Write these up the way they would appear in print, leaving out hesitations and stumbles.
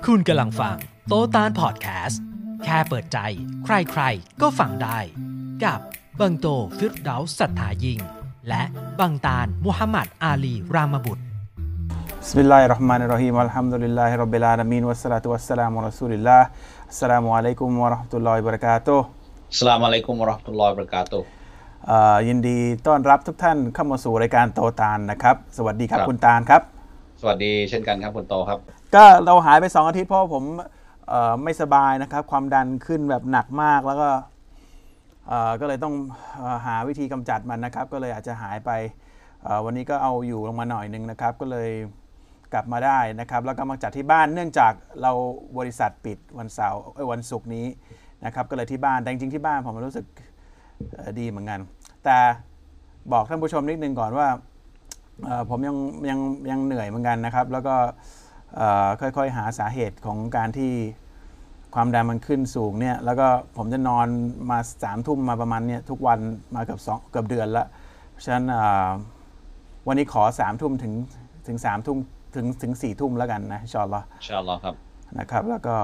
คุณกำลังฟังโตตานพอดแคสต์แค่เปิดใจใครๆก็ฟังได้กับบังโตฟิรเดาสัทธายิ่งและบังตาลมุฮัมมัดอาลีรามบุตรบิสมิลลาฮิรเราะห์มานิรเราะฮีมอัลฮัมดุลิลลาฮิร็อบบิลอาละมีนวัสสลาตุวัสสลามุอะลารอซูลิลลาฮ์อัสสลามุอะลัยกุมวะเราะห์มะตุลลอฮิวะบะเราะกาตุฮ์อัสสลามุอะลัยกุมวะเราะห์มะตุลลอฮิวะบะเราะกาตุฮ์ยินดีต้อนรับทุกท่านเข้ามาสู่รายการโตตานนะครับสวัสดีครับคุณตาลครับสวัสดีเช่นกันครับคุณโตครับก็เราหายไป2 อาทิตย์เพราะผมไม่สบายนะครับความดันขึ้นแบบหนักมากแล้วก็เลยต้องหาวิธีกำจัดมันนะครับก็เลยอาจจะหายไปวันนี้ก็เอาอยู่ลงมาหน่อยนึงนะครับก็เลยกลับมาได้นะครับแล้วก็มาจัดที่บ้านเนื่องจากเราบริษัทปิดวันศุกร์นี้นะครับก็เลยที่บ้านแต่จริงๆที่บ้านผมรู้สึกดีเหมือนกันแต่บอกท่านผู้ชมนิดนึงก่อนว่าผมยังเหนื่อยเหมือนกันนะครับแล้วก็ค่อยๆหาสาเหตุของการที่ความดันมันขึ้นสูงเนี่ยแล้วก็ผมจะนอนมา3 ทุ่มมาประมาณเนี่ยทุกวันมาเกือบเดือนละเพราะฉะนั้นวันนี้ขอ3 ทุ่มถึง3 ทุ่มถึง4 ทุ่มแล้วกันนะอินชาอัลลอฮ์ครับนะครับแล้วก็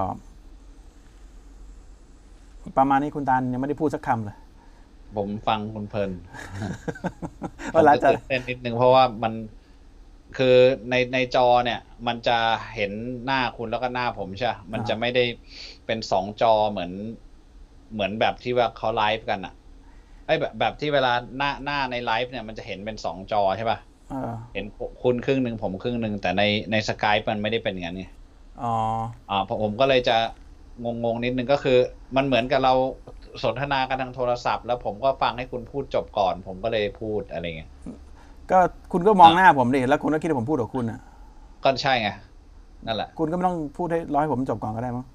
ประมาณนี้คุณตาลยังไม่ได้พูดสักคำเลยผมฟังคุณเพลินเวลาจะเต้นนิดนึงเพราะว่ามันคือในจอเนี่ยมันจะเห็นหน้าคุณแล้วก็หน้าผมใช่มันจะไม่ได้เป็น2 จอเหมือนแบบที่ว่าเขาไลฟ์กันอ่ะแบบที่เวลาหน้าในไลฟ์เนี่ยมันจะเห็นเป็น2 จอใช่ป่ะเห็นคุณครึ่งนึงผมครึ่งนึงแต่ในสกายป์มันไม่ได้เป็นอย่างนั้นไงผมก็เลยจะงงนิดนึงก็คือมันเหมือนกับเราสนทนากันทางโทรศัพท์แล้วผมก็ฟังให้คุณพูดจบก่อนผมก็เลยพูดอะไรเงี้ยก็คุณก็มองหน้าผมดิแล้วคุณก็คิดว่าผมพูดกับคุณอ่ะก็ใช่ไงนั่นแหละคุณก็ไม่ต้องพูดให้ร้อยผมจบก่อนก็ได้มั้ง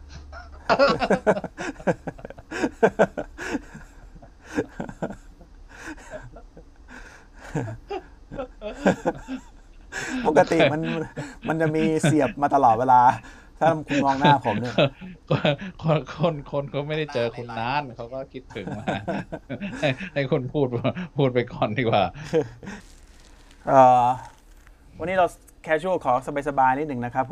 ปกติมันจะมีเสียบมาตลอดเวลาถ้าคุณมองหน้าผมเนี่ยคนก็ไม่ได้เจอคุณนานเขาก็คิดถึงมาให้คุณพูดไปก่อนดีกว่าวันนี้เราแคชชวลขอสบายๆนิดหนึ่งนะครับ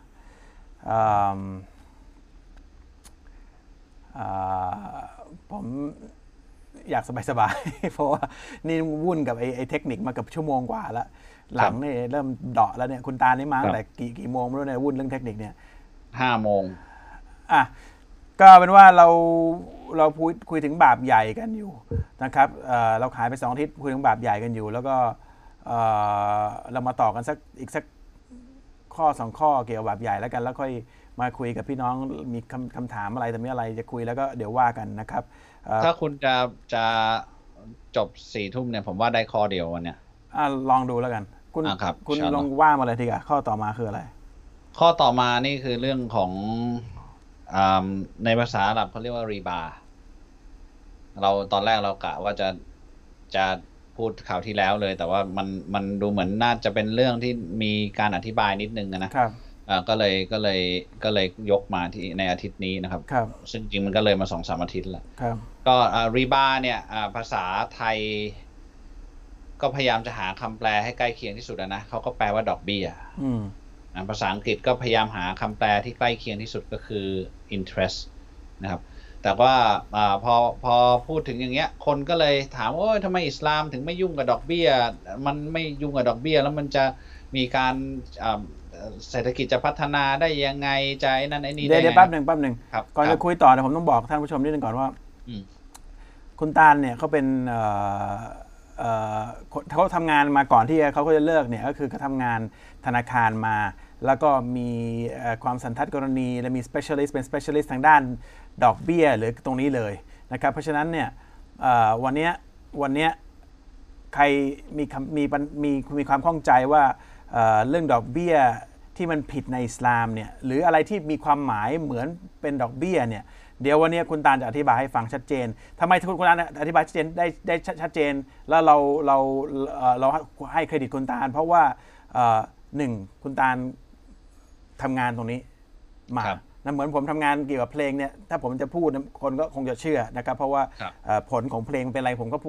ผมอยากสบายๆเพราะว่านี่วุ่นกับไอ้เทคนิคมากับชั่วโมงกว่าแล้วหลังนี่เริ่มเดาะแล้วเนี่ยคุณตานี่มาตั้งแต่กี่โมงไม่รู้เนี่ยวุ่นเรื่องเทคนิคเนี่ย 5 โมงก็เป็นว่าเราคุยถึงบาปใหญ่กันอยู่นะครับเราขายไป2 อาทิตย์คุยถึงบาปใหญ่กันอยู่แล้วก็เรามาต่อกันอีกสักข้อ2 ข้อเกี่ยวกับบาปใหญ่แล้วกันแล้วค่อยมาคุยกับพี่น้องมีคำถามอะไรแต่ไม่อะไรจะคุยแล้วก็เดี๋ยวว่ากันนะครับถ้าคุณจะจบ4 ทุ่มเนี่ยผมว่าได้ข้อเดียววันเนี้ยลองดูแล้วกันคุณลองว่ามาเลยทีข้อต่อมาคืออะไรข้อต่อมานี่คือเรื่องของในภาษาอาหรับเขาเรียกว่ารีบาเราตอนแรกเรากะว่าจะพูดข่าวที่แล้วเลยแต่ว่ามันดูเหมือนน่าจะเป็นเรื่องที่มีการอธิบายนิดนึงนะครับก็เลยยกมาที่ในอาทิตย์นี้นะครับซึ่งจริงมันก็เลยมา2-3 อาทิตย์แล้วก็รีบาเนี่ยภาษาไทยก็พยายามจะหาคำแปลให้ใกล้เคียงที่สุดนะเขาก็แปลว่าดอกเบี้ยภาษาอังกฤษก็พยายามหาคำแปลที่ใกล้เคียงที่สุดก็คือ interest นะครับแต่ว่าพอพูดถึงอย่างเงี้ยคนก็เลยถามว่าทำไมอิสลามถึงไม่ยุ่งกับดอกเบี้ยมันไม่ยุ่งกับดอกเบี้ยแล้วมันจะมีการเศรษฐกิจจะพัฒนาได้ยังไงจะไอ้นั่นไอ้นี่ได้เดี๋ยวแป๊บหนึ่งก่อนจะคุยต่อผมต้องบอกท่านผู้ชมนิดนึงก่อนว่าคุณตาลเนี่ยเขาเป็นเขาทำงานมาก่อนที่เขาจะเลิกเนี่ยก็คือเขาทำงานธนาคารมาแล้วก็มีความสันทัดกรณีและมี specialist เป็น specialist ทางด้านดอกเบี้ยหรือตรงนี้เลยนะครับเพราะฉะนั้นเนี่ยวันนี้ใครมีความข้องใจว่าเรื่องดอกเบี้ยที่มันผิดในอิสลามเนี่ยหรืออะไรที่มีความหมายเหมือนเป็นดอกเบี้ยเนี่ยเดี๋ยววันนี้คุณตาลจะอธิบายให้ฟังชัดเจนทำไมคุณตาลอธิบายชัดเจนได้ชัดเจนแล้วเราให้เครดิตคุณตาลเพราะว่า1คุณตาลทำงานตรงนี้มานะเหมือนผมทำงานเกี่ยวกับเพลงเนี่ยถ้าผมจะพูดคนก็คงจะเชื่อนะครับเพราะว่าผลของเพลงเป็นอะไรผมก็พูด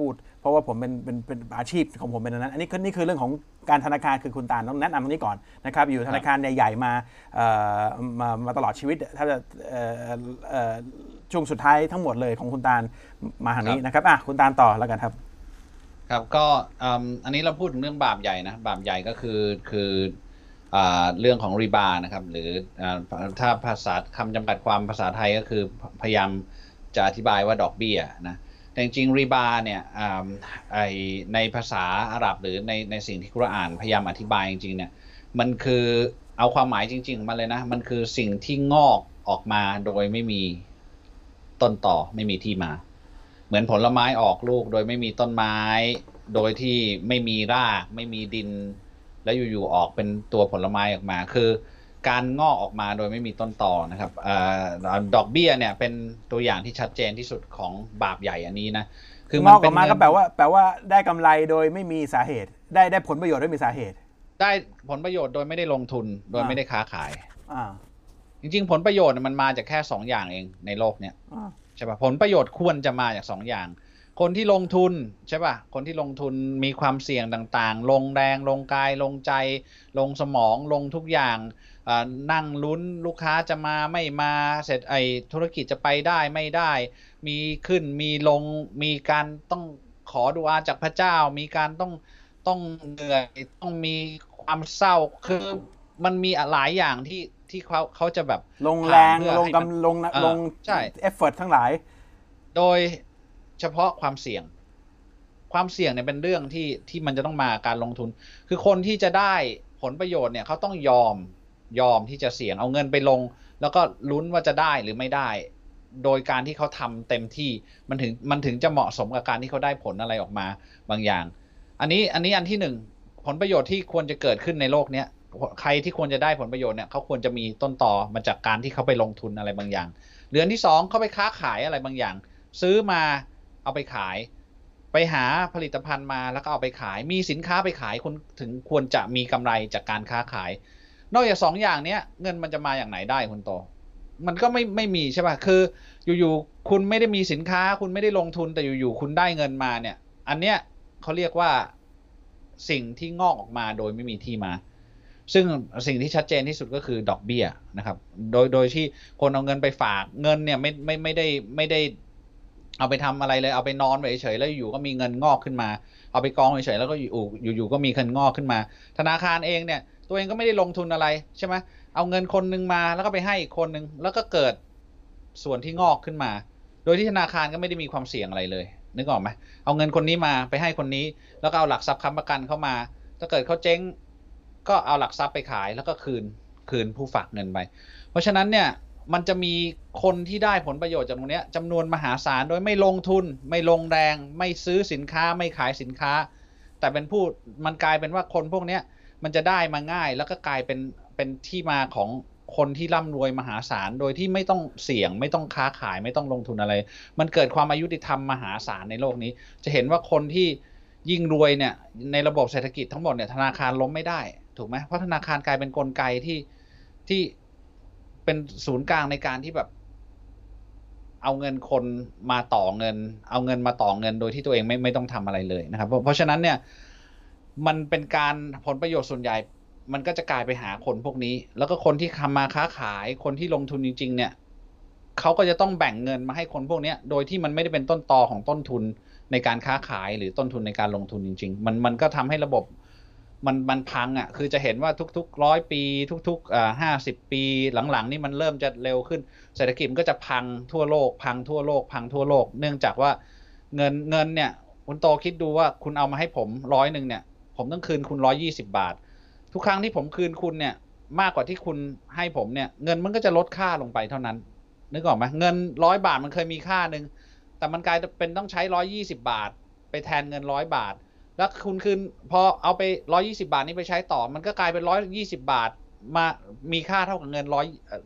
เพราะว่าผมเป็นอาชีพของผมเป็นนั้นอันนี้นี่คือเรื่องของการธนาคารคือคุณตาลต้องแนะนำตรงนี้ก่อนนะครับอยู่ธนาคารใหญ่ๆมาตลอดชีวิตถ้าจะช่วงสุดท้ายทั้งหมดเลยของคุณตาลมาทางนี้นะครับคุณตาลต่อแล้วกันครับครับก็อันนี้เราพูดถึงเรื่องบาปใหญ่นะบาปใหญ่ก็คือเรื่องของริบานะครับหรือถ้าภาษาคำจำกัดความภาษาไทยก็คือพยายามจะอธิบายว่าดอกเบี้ยนะแต่จริงๆริบาเนี่ยในภาษาอาหรับหรือในสิ่งที่กุรอานพยายามอธิบายจริงๆเนี่ยมันคือเอาความหมายจริงๆมาเลยนะมันคือสิ่งที่งอกออกมาโดยไม่มีต้นต่อไม่มีที่มาเหมือนผลไม้ออกลูกโดยไม่มีต้นไม้โดยที่ไม่มีรากไม่มีดินแล้วอยู่ๆออกเป็นตัวผลไม้ออกมาคือการงอกออกมาโดยไม่มีต้นตอนะครับดอกเบี้ยเนี่ยเป็นตัวอย่างที่ชัดเจนที่สุดของบาปใหญ่อันนี้นะคืองอกออกมาก็แปลว่าได้กำไรโดยไม่มีสาเหตุได้ผลประโยชน์โดยไม่มีสาเหตุได้ผลประโยชน์โดยไม่ได้ลงทุนโดยไม่ได้ค้าขายจริงๆผลประโยชน์มันมาจากแค่2อย่างเองในโลกเนี่ยใช่ป่ะผลประโยชน์ควรจะมาจาก2อย่างคนที่ลงทุนใช่ป่ะคนที่ลงทุนมีความเสี่ยงต่างๆลงแรงลงกายลงใจลงสมองลงทุกอย่างนั่งลุ้นลูกค้าจะมาไม่มาเสร็จธุรกิจจะไปได้ไม่ได้มีขึ้นมีลงมีการต้องขอดุอาจากพระเจ้ามีการต้องเหนื่อยต้องมีความเศร้าคือมันมีหลายอย่างที่เขาจะแบบลงแรงลงใช่เอฟเฟอร์ตทั้งหลายโดยเฉพาะความเสี่ยงเนี่ยเป็นเรื่องที่มันจะต้องมาการลงทุนคือคนที่จะได้ผลประโยชน์เนี่ยเขาต้องยอมที่จะเสี่ยงเอาเงินไปลงแล้วก็ลุ้นว่าจะได้หรือไม่ได้โดยการที่เขาทำเต็มที่มันถึงจะเหมาะสมกับการที่เขาได้ผลอะไรออกมาบางอย่างอันนี้อันที่หนึ่งผลประโยชน์ที่ควรจะเกิดขึ้นในโลกนี้ใครที่ควรจะได้ผลประโยชน์เนี่ยเขาควรจะมีต้นตอมาจากการที่เขาไปลงทุนอะไรบางอย่างหรืออันที่สองเขาไปค้าขายอะไรบางอย่างซื้อมาเอาไปขายไปหาผลิตภัณฑ์มาแล้วก็เอาไปขายมีสินค้าไปขายคุณถึงควรจะมีกำไรจากการค้าขายนอกจาก2อย่างนี้เงินมันจะมาอย่างไหนได้คุณโตมันก็ไม่มีใช่ป่ะคืออยู่ๆคุณไม่ได้มีสินค้าคุณไม่ได้ลงทุนแต่อยู่ๆคุณได้เงินมาเนี่ยอันเนี้ยเขาเรียกว่าสิ่งที่งอกออกมาโดยไม่มีที่มาซึ่งสิ่งที่ชัดเจนที่สุดก็คือดอกเบี้ยนะครับโดยที่คนเอาเงินไปฝากเงินเนี่ยไม่ได้เอาไปทำอะไรเลยเอาไปนอนเฉยๆแล้วอยู่ก็มีเงินงอกขึ้นมาเอาไปกองเฉยๆแล้วก็อยู่ก็มีเงินงอกขึ้นมาธนาคารเองเนี่ยตัวเองก็ไม่ได้ลงทุนอะไรใช่ไหมเอาเงินคนนึงมาแล้วก็ไปให้อีกคนนึงแล้วก็เกิดส่วนที่งอกขึ้นมาโดยที่ธนาคารก็ไม่ได้มีความเสี่ยงอะไรเลยนึกออกไหมเอาเงินคนนี้มาไปให้คนนี้แล้วก็เอาหลักทรัพย์ค้ำประกันเข้ามาถ้าเกิดเขาเจ๊งก็เอาหลักทรัพย์ไปขายแล้วก็คืนผู้ฝากเงินไปเพราะฉะนั้นเนี่ยมันจะมีคนที่ได้ผลประโยชน์จากตรงนี้จำนวนมหาศาลโดยไม่ลงทุนไม่ลงแรงไม่ซื้อสินค้าไม่ขายสินค้าแต่มันกลายเป็นว่าคนพวกนี้มันจะได้มาง่ายแล้วก็กลายเป็นที่มาของคนที่ร่ำรวยมหาศาลโดยที่ไม่ต้องเสี่ยงไม่ต้องค้าขายไม่ต้องลงทุนอะไรมันเกิดความอายุติธรรมมหาศาลในโลกนี้จะเห็นว่าคนที่ยิ่งรวยเนี่ยในระบบเศรษฐกิจทั้งหมดเนี่ยธนาคารล้มไม่ได้ถูกไหมเพราะธนาคารกลายเป็นกลไกที่เป็นศูนย์กลางในการที่แบบเอาเงินคนมาต่อเงินเอาเงินมาต่อเงินโดยที่ตัวเองไม่ต้องทำอะไรเลยนะครับเพราะฉะนั้นเนี่ยมันเป็นการผลประโยชน์ส่วนใหญ่มันก็จะกลายไปหาคนพวกนี้แล้วก็คนที่ทำมาค้าขายคนที่ลงทุนจริงๆเนี่ยเขาก็จะต้องแบ่งเงินมาให้คนพวกนี้โดยที่มันไม่ได้เป็นต้นตอของต้นทุนในการค้าขายหรือต้นทุนในการลงทุนจริงๆมันก็ทำให้ระบบมันพังอ่ะคือจะเห็นว่าทุกๆ100 ปีทุกๆ50 ปีหลังๆนี่มันเริ่มจะเร็วขึ้นเศรษฐกิจมันก็จะพังทั่วโลกเนื่องจากว่าเงินเนี่ยคุณโตคิดดูว่าคุณเอามาให้ผม100เนี่ยผมต้องคืนคุณ120 บาททุกครั้งที่ผมคืนคุณเนี่ยมากกว่าที่คุณให้ผมเนี่ยเงินมันก็จะลดค่าลงไปเท่านั้นนึกออกไหมเงิน100 บาทมันเคยมีค่านึงแต่มันกลายเป็นต้องใช้120 บาทไปแทนเงิน100 บาทแล้วคุณคืนพอเอาไป120 บาทนี้ไปใช้ต่อมันก็กลายเป็น120 บาทมามีค่าเท่ากับเงิน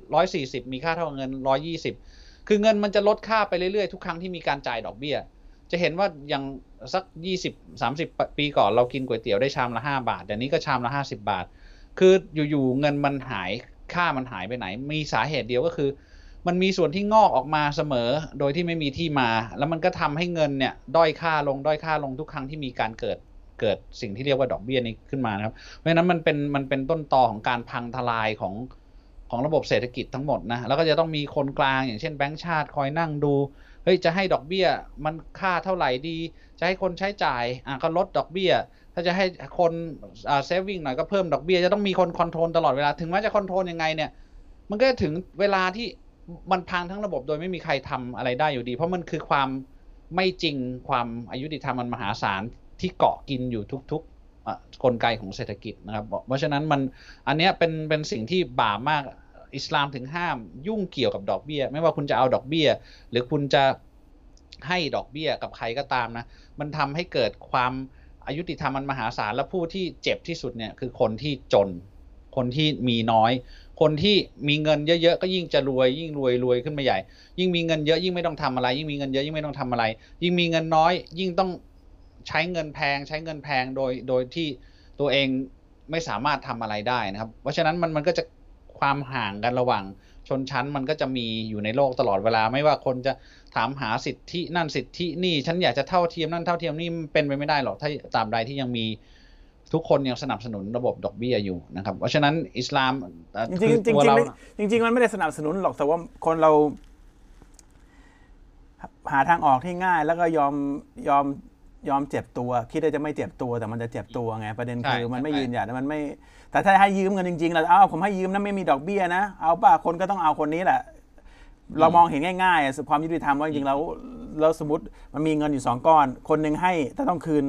140มีค่าเท่ากับเงิน120คือเงินมันจะลดค่าไปเรื่อยๆทุกครั้งที่มีการจ่ายดอกเบี้ยจะเห็นว่าอย่างสัก20-30 ปีก่อนเรากินก๋วยเตี๋ยวได้ชามละ5 บาทแต่นี้ก็ชามละ50 บาทคืออยู่ๆเงินมันหายค่ามันหายไปไหนมีสาเหตุเดียวก็คือมันมีส่วนที่งอกออกมาเสมอโดยที่ไม่มีที่มาแล้วมันก็ทำให้เงินเนี่ยด้อยค่าลงทุกครั้งที่มีการเกิดสิ่งที่เรียกว่าดอกเบี้ยนี้ขึ้นมานะครับเพราะฉะนั้นมันเป็นต้นตอของการพังทลายของระบบเศรษฐกิจทั้งหมดนะแล้วก็จะต้องมีคนกลางอย่างเช่นแบงก์ชาติคอยนั่งดูเฮ้ยจะให้ดอกเบี้ยมันค่าเท่าไหร่ดีจะให้คนใช้จ่ายก็ลดดอกเบี้ยถ้าจะให้คนเซฟวิ่งหน่อยก็เพิ่มดอกเบี้ยจะต้องมีคนคอนโทรลตลอดเวลาถึงแม้จะคอนโทรลยังไงเนี่ยมันก็ถึงเวลาที่มันพังทั้งระบบโดยไม่มีใครทำอะไรได้อยู่ดีเพราะมันคือความไม่จริงความอายุติธรรมมันมหาศาลที่เกาะกินอยู่ทุกกลไกของเศรษฐกิจนะครับเพราะฉะนั้นอันนี้เป็นสิ่งที่บาปมากอิสลามถึงห้ามยุ่งเกี่ยวกับดอกเบี้ยไม่ว่าคุณจะเอาดอกเบี้ยหรือคุณจะให้ดอกเบี้ยกับใครก็ตามนะมันทำให้เกิดความอายุติธรรมมันมหาศาลและผู้ที่เจ็บที่สุดเนี่ยคือคนที่จนคนที่มีน้อยคนที่มีเงินเยอะๆก็ยิ่งจะรวยยิ่งรวยขึ้นมาใหญ่ยิ่งมีเงินเยอะยิ่งไม่ต้องทำอะไรยิ่งมีเงินเยอะยิ่งไม่ต้องทำอะไรยิ่งมีเงินน้อยยิ่งต้องใช้เงินแพงโดยที่ตัวเองไม่สามารถทำอะไรได้นะครับเพราะฉะนั้นมันก็จะความห่างกันระหว่างชนชั้นมันก็จะมีอยู่ในโลกตลอดเวลาไม่ว่าคนจะถามหาสิทธินั่นสิทธินี่ฉันอยากจะเท่าเทียมนั่นเท่าเทียมนี่เป็นไปไม่ได้หรอกถ้าตราบใดที่ยังมีทุกคนยังสนับสนุนระบบดอกเบี้ยอยู่นะครับเพราะฉะนั้นอิสลามจริงมันไม่ได้สนับสนุนหรอกแต่ว่าคนเราหาทางออกที่ง่ายแล้วก็ยอมเจ็บตัวคิดว่าจะไม่เจ็บตัวแต่มันจะเจ็บตัวไงประเด็นคือมันไม่ยืนหยัดมันไม่แต่ถ้าให้ยืมเงินจริงๆแล้วผมให้ยืมนะไม่มีดอกเบี้ยนะเอาป่ะคนก็ต้องเอาคนนี้แหละเรามองเห็นง่ายๆความยุติธรรมว่าจริงๆแล้วสมมติมันมีเงินอยู่2ก้อนคนนึงให้แต่ต้องคืน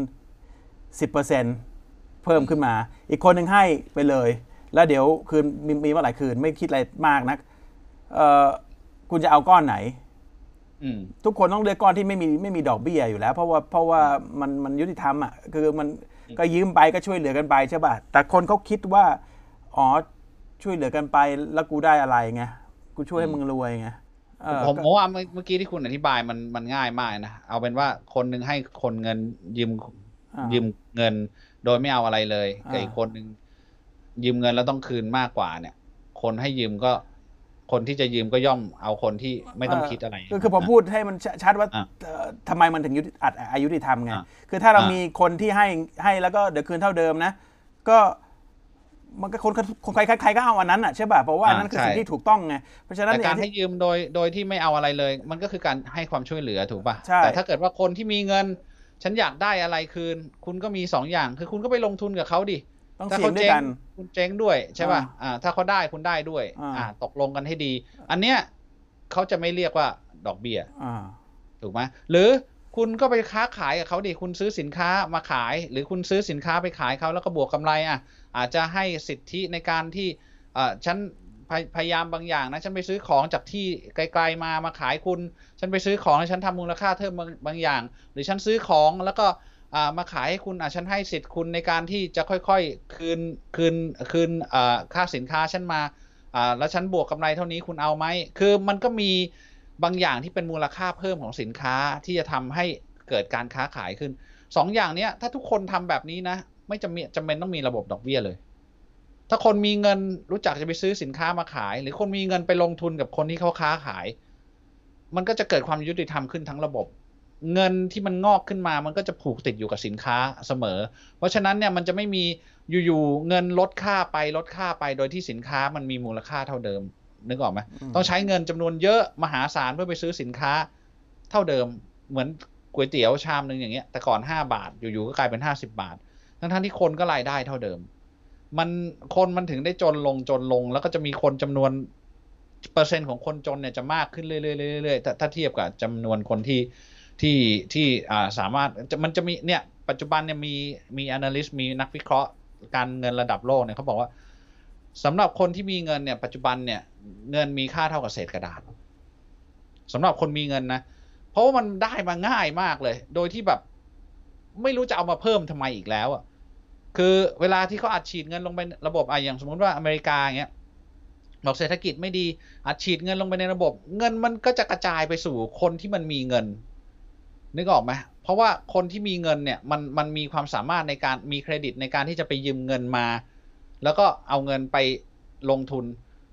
10%เพิ่มขึ้นมาอีกคนนึงให้ไปเลยแล้วเดี๋ยวคืนมีเมื่อไหร่คืนไม่คิดอะไรมากนักคุณจะเอาก้อนไหนทุกคนต้องเลือกก้อนที่ไม่มีดอกเบี้ยอยู่แล้วเพราะว่ามันยุติธรรมอ่ะคือมันก็ยืมไปก็ช่วยเหลือกันไปใช่ป่ะแต่คนเขาคิดว่าช่วยเหลือกันไปแล้วกูได้อะไรไงกูช่วยให้มึงรวยไงผมว่าเมื่อกี้ที่คุณอธิบายมันง่ายมากนะเอาเป็นว่าคนนึงให้คนเงินยืมเงินโดยไม่เอาอะไรเลยกับอีกคนนึงยืมเงินแล้วต้องคืนมากกว่าเนี่ยคนให้ยืมก็คนที่จะยืมก็ย่อมเอาคนที่ไม่ต้องคิดอะไรคือผมพูดให้มันชัดว่าทำไมมันถึงอายุติธรรมไงคือถ้าเรามีคนที่ให้แล้วก็เดี๋ยวคืนเท่าเดิมนะก็มันก็คนใครก็เอาอันนั้นอ่ะใช่ป่ะเพราะว่าอันนั้นคือสิ่งที่ถูกต้องไงเพราะฉะนั้นการให้ยืมโดยที่ไม่เอาอะไรเลยมันก็คือการให้ความช่วยเหลือถูกป่ะแต่ถ้าเกิดว่าคนที่มีเงินฉันอยากได้อะไรคืนคุณก็มี2อย่างคือคุณก็ไปลงทุนกับเขาดิต้องเสี่ยงด้วยกันคุณเจ๊งด้วยใช่ป่ะถ้าเขาได้คุณได้ด้วยตกลงกันให้ดีอันเนี้ยเขาจะไม่เรียกว่าดอกเบี้ยถูกไหมหรือคุณก็ไปค้าขายกับเขาดิคุณซื้อสินค้ามาขายหรือคุณซื้อสินค้าไปขายเขาแล้วก็บวกกำไรอาจจะให้สิทธิในการที่ฉันพยายามบางอย่างนะฉันไปซื้อของจากที่ไกลๆมาขายคุณฉันไปซื้อของแล้วฉันทำมูลค่าเพิ่มบางอย่างหรือฉันซื้อของแล้วก็มาขายให้คุณฉันให้สิทธิ์คุณในการที่จะค่อยๆคืนค่าสินค้าฉันมาแล้วฉันบวกกำไรเท่านี้คุณเอาไหมคือมันก็มีบางอย่างที่เป็นมูลค่าเพิ่มของสินค้าที่จะทำให้เกิดการค้าขายขึ้น2อย่างนี้ถ้าทุกคนทำแบบนี้นะไม่จำเป็นต้องมีระบบดอกเบี้ยเลยถ้าคนมีเงินรู้จักจะไปซื้อสินค้ามาขายหรือคนมีเงินไปลงทุนกับคนที่เขาค้าขายมันก็จะเกิดความยุติธรรมขึ้นทั้งระบบเงินที่มันงอกขึ้นมามันก็จะผูกติดอยู่กับสินค้าเสมอเพราะฉะนั้นเนี่ยมันจะไม่มีอยู่ๆเงินลดค่าไปโดยที่สินค้ามันมีมูลค่าเท่าเดิมนึกออกไหมต้องใช้เงินจำนวนเยอะมหาศาลเพื่อไปซื้อสินค้าเท่าเดิมเหมือนก๋วยเตี๋ยวชามนึงอย่างเงี้ยแต่ก่อน5 บาทอยู่ๆก็กลายเป็น50 บาททั้งที่คนก็รายได้เท่าเดิมคนมันถึงได้จนลงแล้วก็จะมีคนจำนวนเปอร์เซ็นต์ของคนจนเนี่ยจะมากขึ้นเรื่อยๆถ้าเทียบกับจำนวนคนที่สามารถมันจะมีเนี่ยปัจจุบันเนี่ยมี analyst มีนักวิเคราะห์การเงินระดับโลกเนี่ยเขาบอกว่าสำหรับคนที่มีเงินเนี่ยปัจจุบันเนี่ยเงินมีค่าเท่ากับเศษกระดาษสำหรับคนมีเงินนะเพราะว่ามันได้มาง่ายมากเลยโดยที่แบบไม่รู้จะเอามาเพิ่มทำไมอีกแล้วคือเวลาที่เขาอัดฉีดเงินลงไประบบอย่างสมมติว่าอเมริกาอย่างเงี้ยบอกเศรษฐกิจไม่ดีอัดฉีดเงินลงไปในระบบเงินมันก็จะกระจายไปสู่คนที่มันมีเงินนึกออกไหมเพราะว่าคนที่มีเงินเนี่ยมันมีความสามารถในการมีเครดิตในการที่จะไปยืมเงินมาแล้วก็เอาเงินไปลงทุน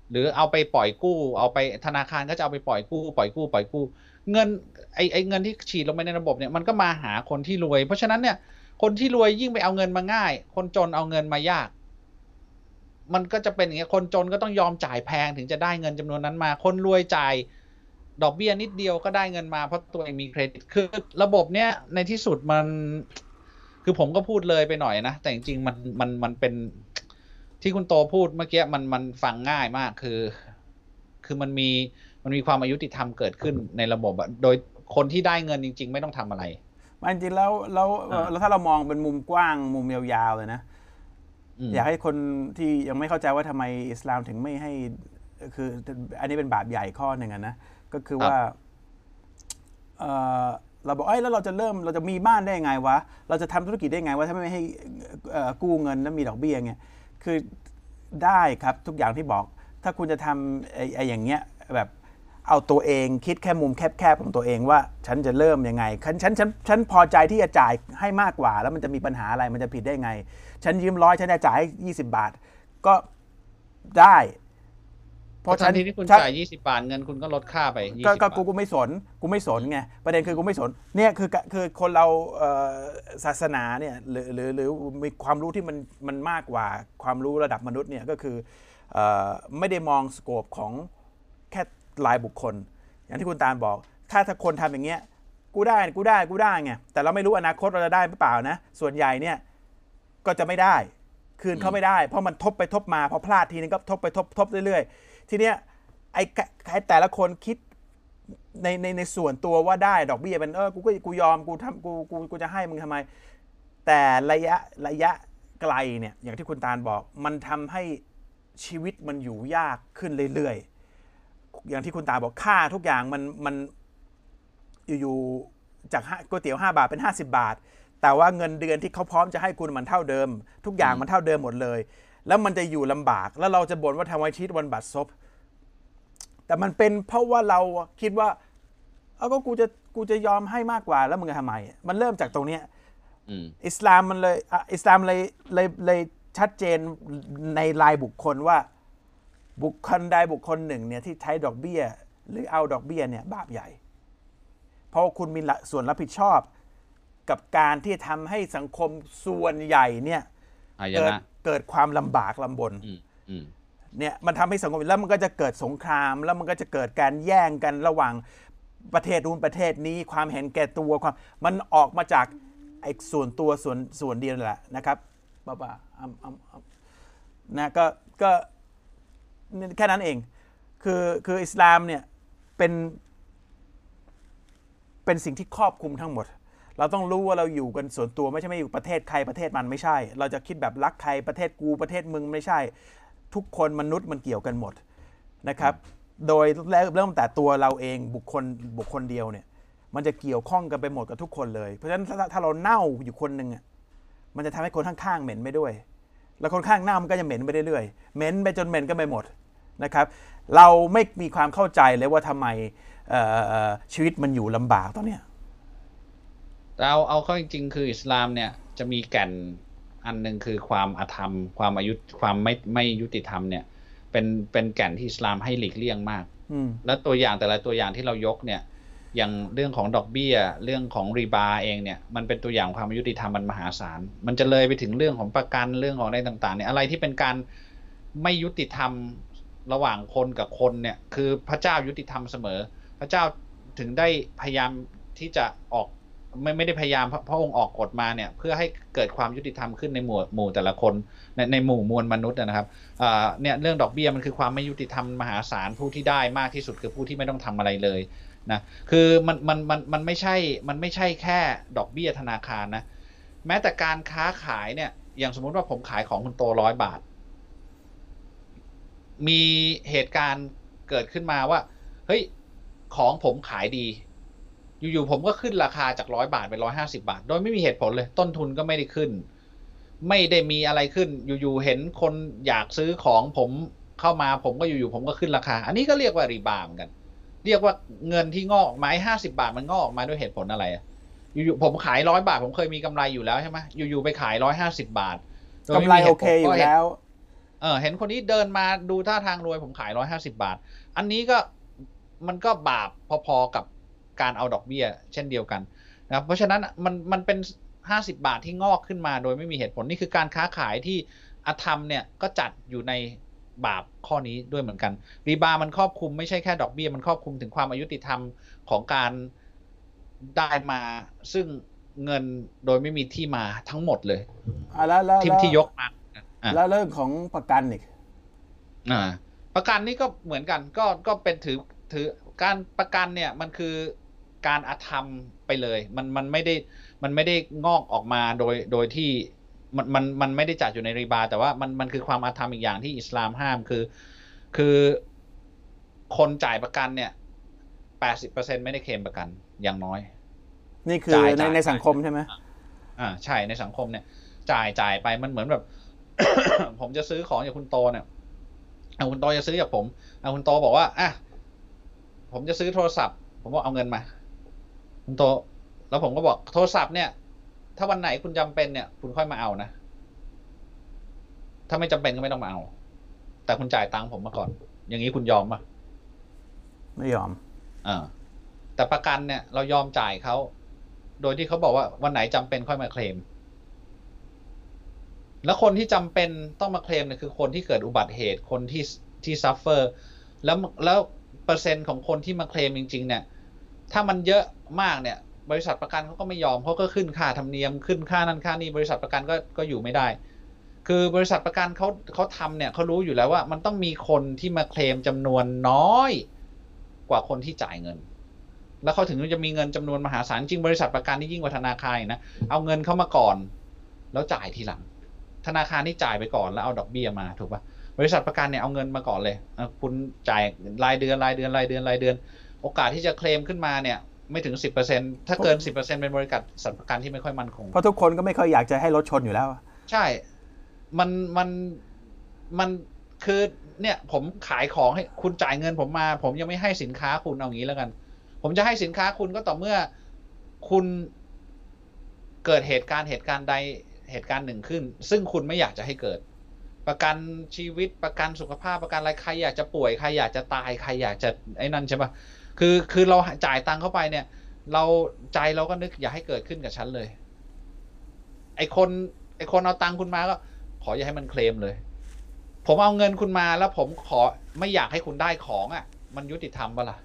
หรือเอาไปปล่อยกู้เอาไปธนาคารก็จะเอาไปปล่อยกู้เงินไอ้เงินที่ฉีดลงไปในระบบเนี่ยมันก็มาหาคนที่รวยเพราะฉะนั้นเนี่ยคนที่รวยยิ่งไปเอาเงินมาง่ายคนจนเอาเงินมายากมันก็จะเป็นอย่างเงี้ยคนจนก็ต้องยอมจ่ายแพงถึงจะได้เงินจำนวนนั้นมาคนรวยจ่ายดอกเบี้ยนิดเดียวก็ได้เงินมาเพราะตัวเองมีเครดิตคือระบบเนี้ยในที่สุดมันคือผมก็พูดเลยไปหน่อยนะแต่จริงๆมันเป็นที่คุณโตพูดเมื่อกี้มันฟังง่ายมากคือมันมีความอายุติธรรมเกิดขึ้นในระบบโดยคนที่ได้เงินจริงๆไม่ต้องทำอะไรมันจริงแล้วถ้าเรามองเป็นมุมกว้างมุมยาวๆเลยนะอยากให้คนที่ยังไม่เข้าใจว่าทำไมอิสลามถึงไม่ให้คืออันนี้เป็นบาปใหญ่ข้อหนึ่งนะก็คือว่าเราบอกแล้วเราจะมีบ้านได้ยังไงวะเราจะทำธุรกิจได้ยังไงวะถ้าไม่ให้กู้เงินแล้วมีดอกเบี้ยเงี้ยคือได้ครับทุกอย่างที่บอกถ้าคุณจะทำไอ้อย่างเงี้ยแบบเอาตัวเองคิดแค่มุมแคบๆของตัวเองว่าฉันจะเริ่มยังไงฉันพอใจที่จะจ่ายให้มากกว่าแล้วมันจะมีปัญหาอะไรมันจะผิดได้ไงฉันยืม100ฉันจะจ่ายให้20 บาทก็ได้เพราะทันทีที่คุณจ่าย20 บาทเงินคุณก็ลดค่าไป20 บาทก็กูไม่สนไงประเด็นคือกูไม่สนเนี่ยคือคนเราศาสนาเนี่ยหรือมีความรู้ที่มันมากกว่าความรู้ระดับมนุษย์เนี่ยก็คือไม่ได้มองสโคปของแค่รายบุคคลอย่างที่คุณตาลบอกถ้าคนทำอย่างเงี้ยกูได้ไงแต่เราไม่รู้อนาคตเราจะได้หรือเปล่านะส่วนใหญ่เนี่ยก็จะไม่ได้คืนเขาไม่ได้เพราะมันทบไปทบมาพอพลาดทีนึงก็ทบไปทบเรื่อยๆทีเนี้ยไอ้แต่ละคนคิดในส่วนตัวว่าได้ดอกเบี้ยเป็นกูยอมกูจะให้มึงทำไมแต่ระยะไกลเนี่ยอย่างที่คุณตาลบอกมันทำให้ชีวิตมันอยู่ยากขึ้นเรื่อยๆอย่างที่คุณตาบอกค่าทุกอย่างมันอยู่จากก๋วยเตี๋ยว5 บาทเป็น50 บาทแต่ว่าเงินเดือนที่เขาพร้อมจะให้คุณมันเท่าเดิมทุกอย่างมันเท่าเดิมหมดเลยแล้วมันจะอยู่ลำบากแล้วเราจะบ่นว่าทำไมชีวิตวันบัดซบแต่มันเป็นเพราะว่าเราคิดว่าก็กูจะยอมให้มากกว่าแล้วมึงจะทำไมมันเริ่มจากตรงนี้อิสลามเลยชัดเจนในรายบุคคลว่าบุคคลใดบุคคลหนึ่งเนี่ยที่ใช้ดอกเบี้ยหรือเอาดอกเบี้ยเนี่ยบาปใหญ่เพราะคุณมีส่วนรับผิดชอบกับการที่ทำให้สังคมส่วนใหญ่เนี่ยเกิดความลำบากลำบนเนี่ยมันทำให้สังคมแล้วมันก็จะเกิดสงครามแล้วมันก็จะเกิดการแย่งกันระหว่างประเทศนู้นประเทศนี้ความเห็นแก่ตัวความมันออกมาจากไอ้ส่วนตัวส่วนเดียวแหละนะครับบ้านะก็แค่นั้นเองคืออิสลามเนี่ยเป็นสิ่งที่ครอบคลุมทั้งหมดเราต้องรู้ว่าเราอยู่กันส่วนตัวไม่ใช่อยู่ประเทศใครประเทศมันไม่ใช่เราจะคิดแบบรักใครประเทศกูประเทศมึงไม่ใช่ทุกคนมนุษย์มันเกี่ยวกันหมดนะครับโดยเริ่มแต่ตัวเราเองบุคคลเดียวเนี่ยมันจะเกี่ยวข้องกันไปหมดกับทุกคนเลยเพราะฉะนั้นถ้าเราเน่าอยู่คนนึงอ่ะมันจะทำให้คนข้างๆเหม็นไปด้วยแล้วคนข้างเน่ามันก็จะเหม็นไปเรื่อยๆเหม็นไปจนเหม็นก็ไปหมดนะครับเราไม่มีความเข้าใจเลยว่าทำไมชีวิตมันอยู่ลำบากตอนเนี้ยเอาเข้าจริงๆคืออิสลามเนี่ยจะมีแก่นอันนึงคือความอธรรมความไม่ยุติธรรมเนี่ยเป็นแก่นที่อิสลามให้หลีกเลี่ยงมากแล้วตัวอย่างแต่ละตัวอย่างที่เรายกเนี่ยอย่างเรื่องของดอกเบี้ยเรื่องของรีบาเองเนี่ยมันเป็นตัวอย่างความยุติธรรมมันมหาศาลมันจะเลยไปถึงเรื่องของประกันเรื่องของอะไรต่างๆเนี่ยอะไรที่เป็นการไม่ยุติธรรมระหว่างคนกับคนเนี่ยคือพระเจ้ายุติธรรมเสมอพระเจ้าถึงได้พยายามที่จะออกไม่ได้พยายามพระองค์ออกกฎมาเนี่ยเพื่อให้เกิดความยุติธรรมขึ้นในหมู่แต่ละคนในหมู่มวลมนุษย์นะครับเนี่ยเรื่องดอกเบี้ยมันคือความไม่ยุติธรรมมหาศาลผู้ที่ได้มากที่สุดคือผู้ที่ไม่ต้องทำอะไรเลยนะคือมันไม่ใช่แค่ดอกเบี้ยธนาคารนะแม้แต่การค้าขายเนี่ยอย่างสมมุติว่าผมขายของคุณโต100 บาทมีเหตุการณ์เกิดขึ้นมาว่าเฮ้ยของผมขายดีอยู่ๆผมก็ขึ้นราคาจาก100 บาทเป็น150 บาทโดยไม่มีเหตุผลเลยต้นทุนก็ไม่ได้ขึ้นไม่ได้มีอะไรขึ้นอยู่ๆเห็นคนอยากซื้อของผมเข้ามาผมก็อยู่ๆผมก็ขึ้นราคาอันนี้ก็เรียกว่ารีบาเหมือนกันเรียกว่าเงินที่งอกออกมา50 บาทมันงอกออกมาด้วยเหตุผลอะไรอยู่ๆผมขาย100 บาทผมเคยมีกำไรอยู่แล้วใช่ไหมอยู่ๆไปขาย150 บาทกำไรโอเคอยู่แล้วเห็นคนนี้เดินมาดูท่าทางรวยผมขาย150 บาทอันนี้ก็มันก็บาปพอๆกับการเอาดอกเบี้ยเช่นเดียวกันนะครับเพราะฉะนั้นมันเป็น50 บาทที่งอกขึ้นมาโดยไม่มีเหตุผลนี่คือการค้าขายที่อธรรมเนี่ยก็จัดอยู่ในบาปข้อนี้ด้วยเหมือนกันรีบามันครอบคลุมไม่ใช่แค่ดอกเบี้ยมันครอบคลุมถึงความอายุติธรรมของการได้มาซึ่งเงินโดยไม่มีที่มาทั้งหมดเลยที่ยกมาแล้วเรื่องของประกันอีกประกันนี่ก็เหมือนกันก็เป็นถือการประกันเนี่ยมันคือการอธรรมไปเลยมันไม่ได้งอกออกมาโดยที่มันไม่ได้จัดอยู่ในริบาแต่ว่ามันคือความอธรรมอีกอย่างที่อิสลามห้ามคือคนจ่ายประกันเนี่ย 80% ไม่ได้เคลมประกันอย่างน้อยนี่คือในสังคมใช่ไหมใช่ในสังคมเนี่ยจ่ายไปมันเหมือนแบบ ผมจะซื้อของจากคุณโตเนี่ยคุณโตจะซื้อจากผมคุณโตบอกว่าผมจะซื้อโทรศัพท์ผมบอกเอาเงินมาคุณโตแล้วผมก็บอกโทรศัพท์เนี่ยถ้าวันไหนคุณจำเป็นเนี่ยคุณค่อยมาเอานะถ้าไม่จำเป็นก็ไม่ต้องมาเอาแต่คุณจ่ายตังค์ผมมาก่อนอย่างนี้คุณยอมป่ะไม่ยอมแต่ประกันเนี่ยเรายอมจ่ายเขาโดยที่เขาบอกว่าวันไหนจำเป็นค่อยมาเคลมแล้วคนที่จำเป็นต้องมาเคลมเนี่ยคือคนที่เกิดอุบัติเหตุคนที่ซัฟเฟอร์แล้วเปอร์เซ็นต์ของคนที่มาเคลมจริงๆเนี่ยถ้ามันเยอะมากเนี่ยบริษัทประกันเขาก็ไม่ยอมเขาก็ขึ้นค่าธรรมเนียมขึ้นค่านั้นค่านี้บริษัทประกันก็อยู่ไม่ได้คือบริษัทประกันเขาทำเนี่ยเขารู้อยู่แล้วว่ามันต้องมีคนที่มาเคลมจำนวนน้อยกว่าคนที่จ่ายเงินแล้วเขาถึงจะมีเงินจำนวนมหาศาลจริงบริษัทประกันนี่ยิ่งกว่าธนาคารนะเอาเงินเข้ามาก่อนแล้วจ่ายทีหลังธนาคารนี่จ่ายไปก่อนแล้วเอาดอกเบี้ยมาถูกป่ะบริษัทประกันเนี่ยเอาเงินมาก่อนเลยคุณจ่ายรายเดือนโอกาสที่จะเคลมขึ้นมาเนี่ยไม่ถึง 10% ถ้าเกิน 10% เป็นบริษัทประกันที่ไม่ค่อยมั่นคงเพราะทุกคนก็ไม่ค่อยอยากจะให้รถชนอยู่แล้วใช่มันคือเนี่ยผมขายของให้คุณจ่ายเงินผมมาผมยังไม่ให้สินค้าคุณเอางี้แล้วกันผมจะให้สินค้าคุณก็ต่อเมื่อคุณเกิดเหตุการณ์ใดเหตุการณ์หนึ่งขึ้นซึ่งคุณไม่อยากจะให้เกิดประกันชีวิตประกันสุขภาพประกันอะไรใครอยากจะป่วยใครอยากจะตายใครอยากจะไอ้นั่นใช่ปะคือเราจ่ายตังค์เข้าไปเนี่ยเราใจเราก็นึกอย่าให้เกิดขึ้นกับฉันเลยไอ้คนเอาตังค์คุณมาก็ขออย่าให้มันเคลมเลยผมเอาเงินคุณมาแล้วผมขอไม่อยากให้คุณได้ของมันยุติธรรมปะล่ะ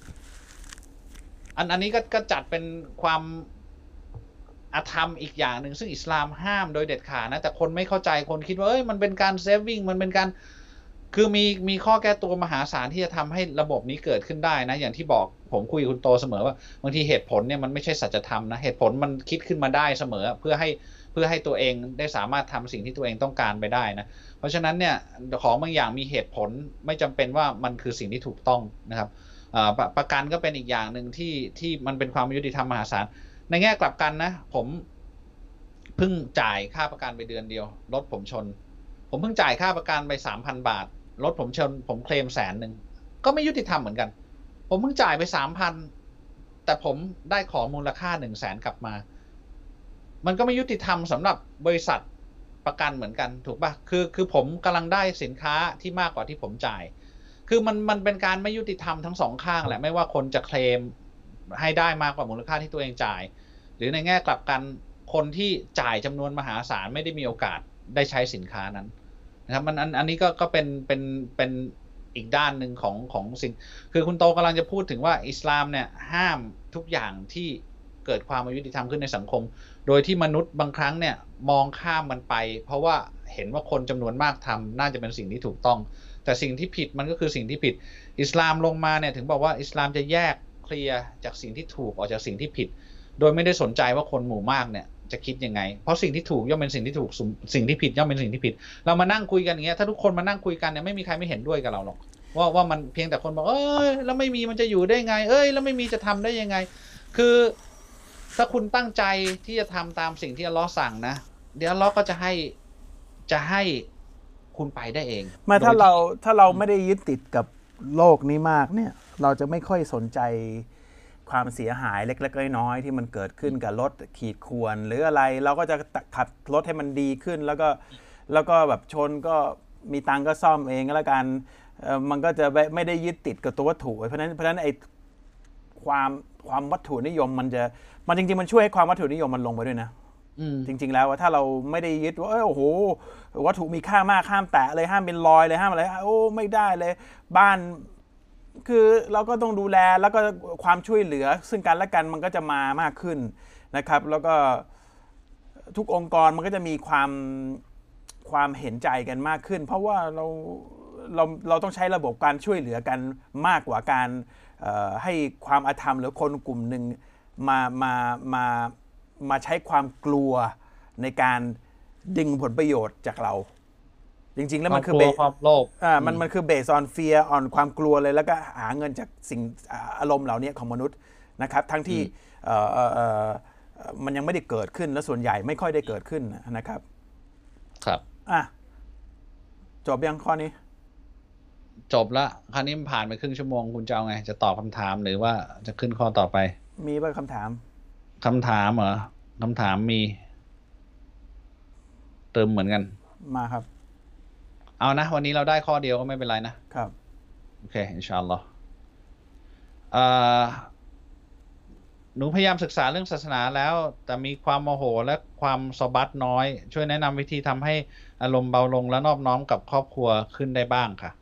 อันนี้ก็จัดเป็นความอธรรมอีกอย่างหนึ่งซึ่งอิสลามห้ามโดยเด็ดขาดนะแต่คนไม่เข้าใจคนคิดว่ามันเป็นการเซฟวิ่งมันเป็นการคือมีข้อแก้ตัวมหาศาลที่จะทำให้ระบบนี้เกิดขึ้นได้นะอย่างที่บอกผมคุยกับคุณโตเสมอว่าบางทีเหตุผลเนี่ยมันไม่ใช่สัจธรรมนะเหตุผลมันคิดขึ้นมาได้เสมอเพื่อให้ตัวเองได้สามารถทำสิ่งที่ตัวเองต้องการไปได้นะเพราะฉะนั้นเนี่ยของบางอย่างมีเหตุผลไม่จำเป็นว่ามันคือสิ่งที่ถูกต้องนะครับประกันก็เป็นอีกอย่างหนึ่งที่มันเป็นความยุติธรรมมหาศาลในแง่กลับกันนะผมเพิ่งจ่ายค่าประกันไปเดือนเดียวรถผมชนผมเพิ่งจ่ายค่าประกันไป 3,000 บาทรถผมชนผมเคลม100,000ก็ไม่ยุติธรรมเหมือนกันผมเพิ่งจ่ายไป 3,000 แต่ผมได้ของมูลค่า 100,000 กลับมามันก็ไม่ยุติธรรมสำหรับบริษัทประกันเหมือนกันถูกป่ะคือผมกำลังได้สินค้าที่มากกว่าที่ผมจ่ายคือมันเป็นการไม่ยุติธรรมทั้งสองข้างแหละไม่ว่าคนจะเคลมให้ได้มากกว่ามูลค่าที่ตัวเองจ่ายหรือในแง่กลับกันคนที่จ่ายจำนวนมหาศาลไม่ได้มีโอกาสได้ใช้สินค้านั้นนะครับอันนี้ก็เป็นอีกด้านหนึ่งของสิ่งคือคุณโตกำลังจะพูดถึงว่าอิสลามเนี่ยห้ามทุกอย่างที่เกิดความอายุติธรรมขึ้นในสังคมโดยที่มนุษย์บางครั้งเนี่ยมองข้ามมันไปเพราะว่าเห็นว่าคนจำนวนมากทำน่าจะเป็นสิ่งที่ถูกต้องแต่สิ่งที่ผิดมันก็คือสิ่งที่ผิดอิสลามลงมาเนี่ยถึงบอกว่าอิสลามจะแยกเคลียร์จากสิ่งที่ถูกออกจากสิ่งที่ผิดโดยไม่ได้สนใจว่าคนหมู่มากเนี่ยจะคิดยังไงเพราะสิ่งที่ถูกย่อมเป็นสิ่งที่ถูกสิ่งที่ผิดย่อมเป็นสิ่งที่ผิดเรามานั่งคุยกันอย่างเงี้ยถ้าทุกคนมานั่งคุยกันเนี่ยไม่มีใครไม่เห็นด้วยกับเราหรอกว่ามันเพียงแต่คนบอกแล้วไม่มีมันจะอยู่ได้ไงแล้วไม่มีจะทำได้ยังไงคือถ้าคุณตั้งใจที่จะทำตามสิ่งที่อัลเลาะห์สั่งนะเดี๋ยวอัลเลาะห์ก็จะให้คุณไปได้เองถ้าเราไม่ได้ยึดติดกับโลกนี้มากเนี่ยเราจะไม่ค่อยสนใจความเสียหายเล็กๆน้อยๆที่มันเกิดขึ้นกับรถขีดข่วนหรืออะไรเราก็จะขับรถให้มันดีขึ้นแล้วก็แบบชนก็มีตังก็ซ่อมเองก็แล้วกันมันก็จะไม่ได้ยึดติดกับตัววัตถุเพราะฉะนั้นไอ้ความวัตถุนิยมมันจริงๆมันช่วยให้ความวัตถุนิยมมันลงไปด้วยนะจริงๆแล้วว่าถ้าเราไม่ได้ยึดว่าโอ้โหวัตถุมีค่ามากห้ามแตะเลยห้ามเป็นรอยเลยห้ามอะไรโอ้ไม่ได้เลยบ้านคือเราก็ต้องดูแลแล้วก็ความช่วยเหลือซึ่งกันและกันมันก็จะมากขึ้นนะครับแล้วก็ทุกองค์กรมันก็จะมีความเห็นใจกันมากขึ้นเพราะว่าเราต้องใช้ระบบการช่วยเหลือกันมากกว่าการให้ความอาธรรมหรือคนกลุ่มหนึ่งมาใช้ความกลัวในการดึงผลประโยชน์จากเราจริงๆแล้วมันคือความโลภมันคือ based on fear on ความกลัวเลยแล้วก็หาเงินจากสิ่งอารมณ์เหล่านี้ของมนุษย์นะครับทั้งที่มันยังไม่ได้เกิดขึ้นและส่วนใหญ่ไม่ค่อยได้เกิดขึ้นนะครับครับจบยังข้อนี้จบละคราวนี้มันผ่านไปครึ่งชั่วโมงคุณจะเอาไงจะตอบคำถามหรือว่าจะขึ้นข้อต่อไปมีบ้างคำถามเหรอคำถามมีเติมเหมือนกันมาครับเอานะวันนี้เราได้ข้อเดียวก็ไม่เป็นไรนะครับโอเคอินชาอัลลอฮ์หนูพยายามศึกษาเรื่องศาสนาแล้วแต่มีความโมโหและความสบัดน้อยช่วยแนะนำวิธีทำให้อารมณ์เบาลงและนอบน้อมกับครอบครัวขึ้นได้บ้างค่ะ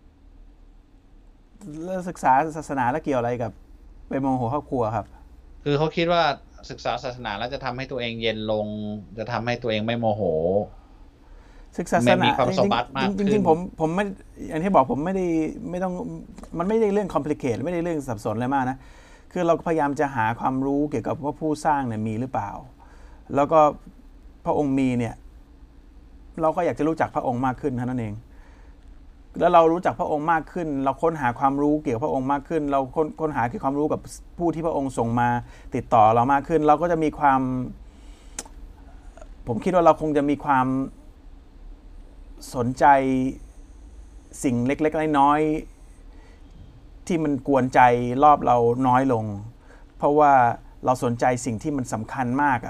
ศึกษาศาสนาแล้วเกี่ยวอะไรกับไปโมโหครอบครัวครับคือเขาคิดว่าศึกษาศาสนาแล้วจะทำให้ตัวเองเย็นลงจะทำให้ตัวเองไม่โมโหศึกษาศาสนาจริงๆผมไม่อย่างที่บอกผมไม่ต้องมันไม่ได้เรื่องคอมพลีเคทไม่ได้เรื่องสับสนอะไรมากนะคือเราพยายามจะหาความรู้เกี่ยวกับว่าผู้สร้างเนี่ยมีหรือเปล่าแล้วก็พระองค์มีเนี่ยเราก็อยากจะรู้จักพระองค์มากขึ้นเท่านั้นเองแล้วเรารู้จักพระองค์มากขึ้นเราค้นหาความรู้เกี่ยวกับพระองค์มากขึ้นเราค้นหาความรู้กับผู้ที่พระองค์ส่งมาติดต่อเรามากขึ้นเราก็จะมีความผมคิดว่าเราคงจะมีความสนใจสิ่งเล็กๆน้อยๆที่มันกวนใจรอบเราน้อยลงเพราะว่าเราสนใจสิ่งที่มันสำคัญมาก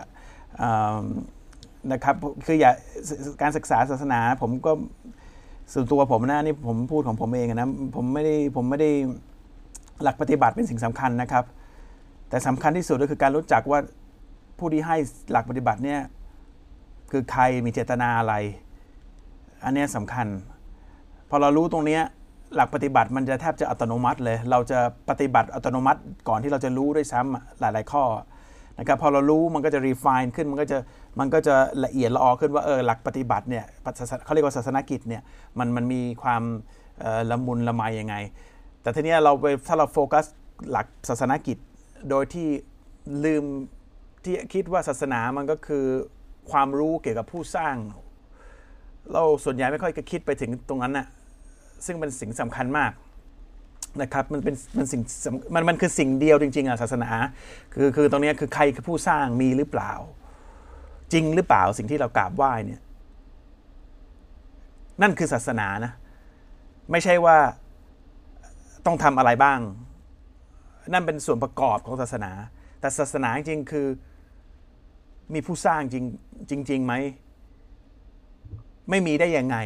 นะครับคือการศึกษาศาสนาผมก็ส่วนตัวผมนะนี่ผมพูดของผมเองนะผมไม่ได้หลักปฏิบัติเป็นสิ่งสำคัญนะครับแต่สำคัญที่สุดก็คือการรู้จักว่าผู้ที่ให้หลักปฏิบัติเนี่ยคือใครมีเจตนาอะไรอันนี้สำคัญพอเรารู้ตรงนี้หลักปฏิบัติมันจะแทบจะอัตโนมัติเลยเราจะปฏิบัติอัตโนมัติก่อนที่เราจะรู้ด้วยซ้ำหลายๆข้อนะครับพอเรารู้มันก็จะ refine ขึ้นมันก็จะละเอียดละออขึ้นว่าหลักปฏิบัติเนี่ยเขาเรียกว่าศาสนกิจเนี่ยมันมีความละมุนละไมยังไงแต่ทีนี้ถ้าเราโฟกัสหลักศาสนกิจโดยที่ลืมที่คิดว่าศาสนามันก็คือความรู้เกี่ยวกับผู้สร้างเราส่วนใหญ่ไม่ค่อยจะคิดไปถึงตรงนั้นน่ะซึ่งเป็นสิ่งสำคัญมากนะครับมันสิ่งมันคือสิ่งเดียวจริงๆศาสนาคือตรงนี้คือใครคือผู้สร้างมีหรือเปล่าจริงหรือเปล่าสิ่งที่เรากราบไหว้เนี่ยนั่นคือศาสนานะไม่ใช่ว่าต้องทำอะไรบ้างนั่นเป็นส่วนประกอบของศาสนาแต่ศาสนาจริงคือมีผู้สร้างจริงไหมไม่มีได้ยังไง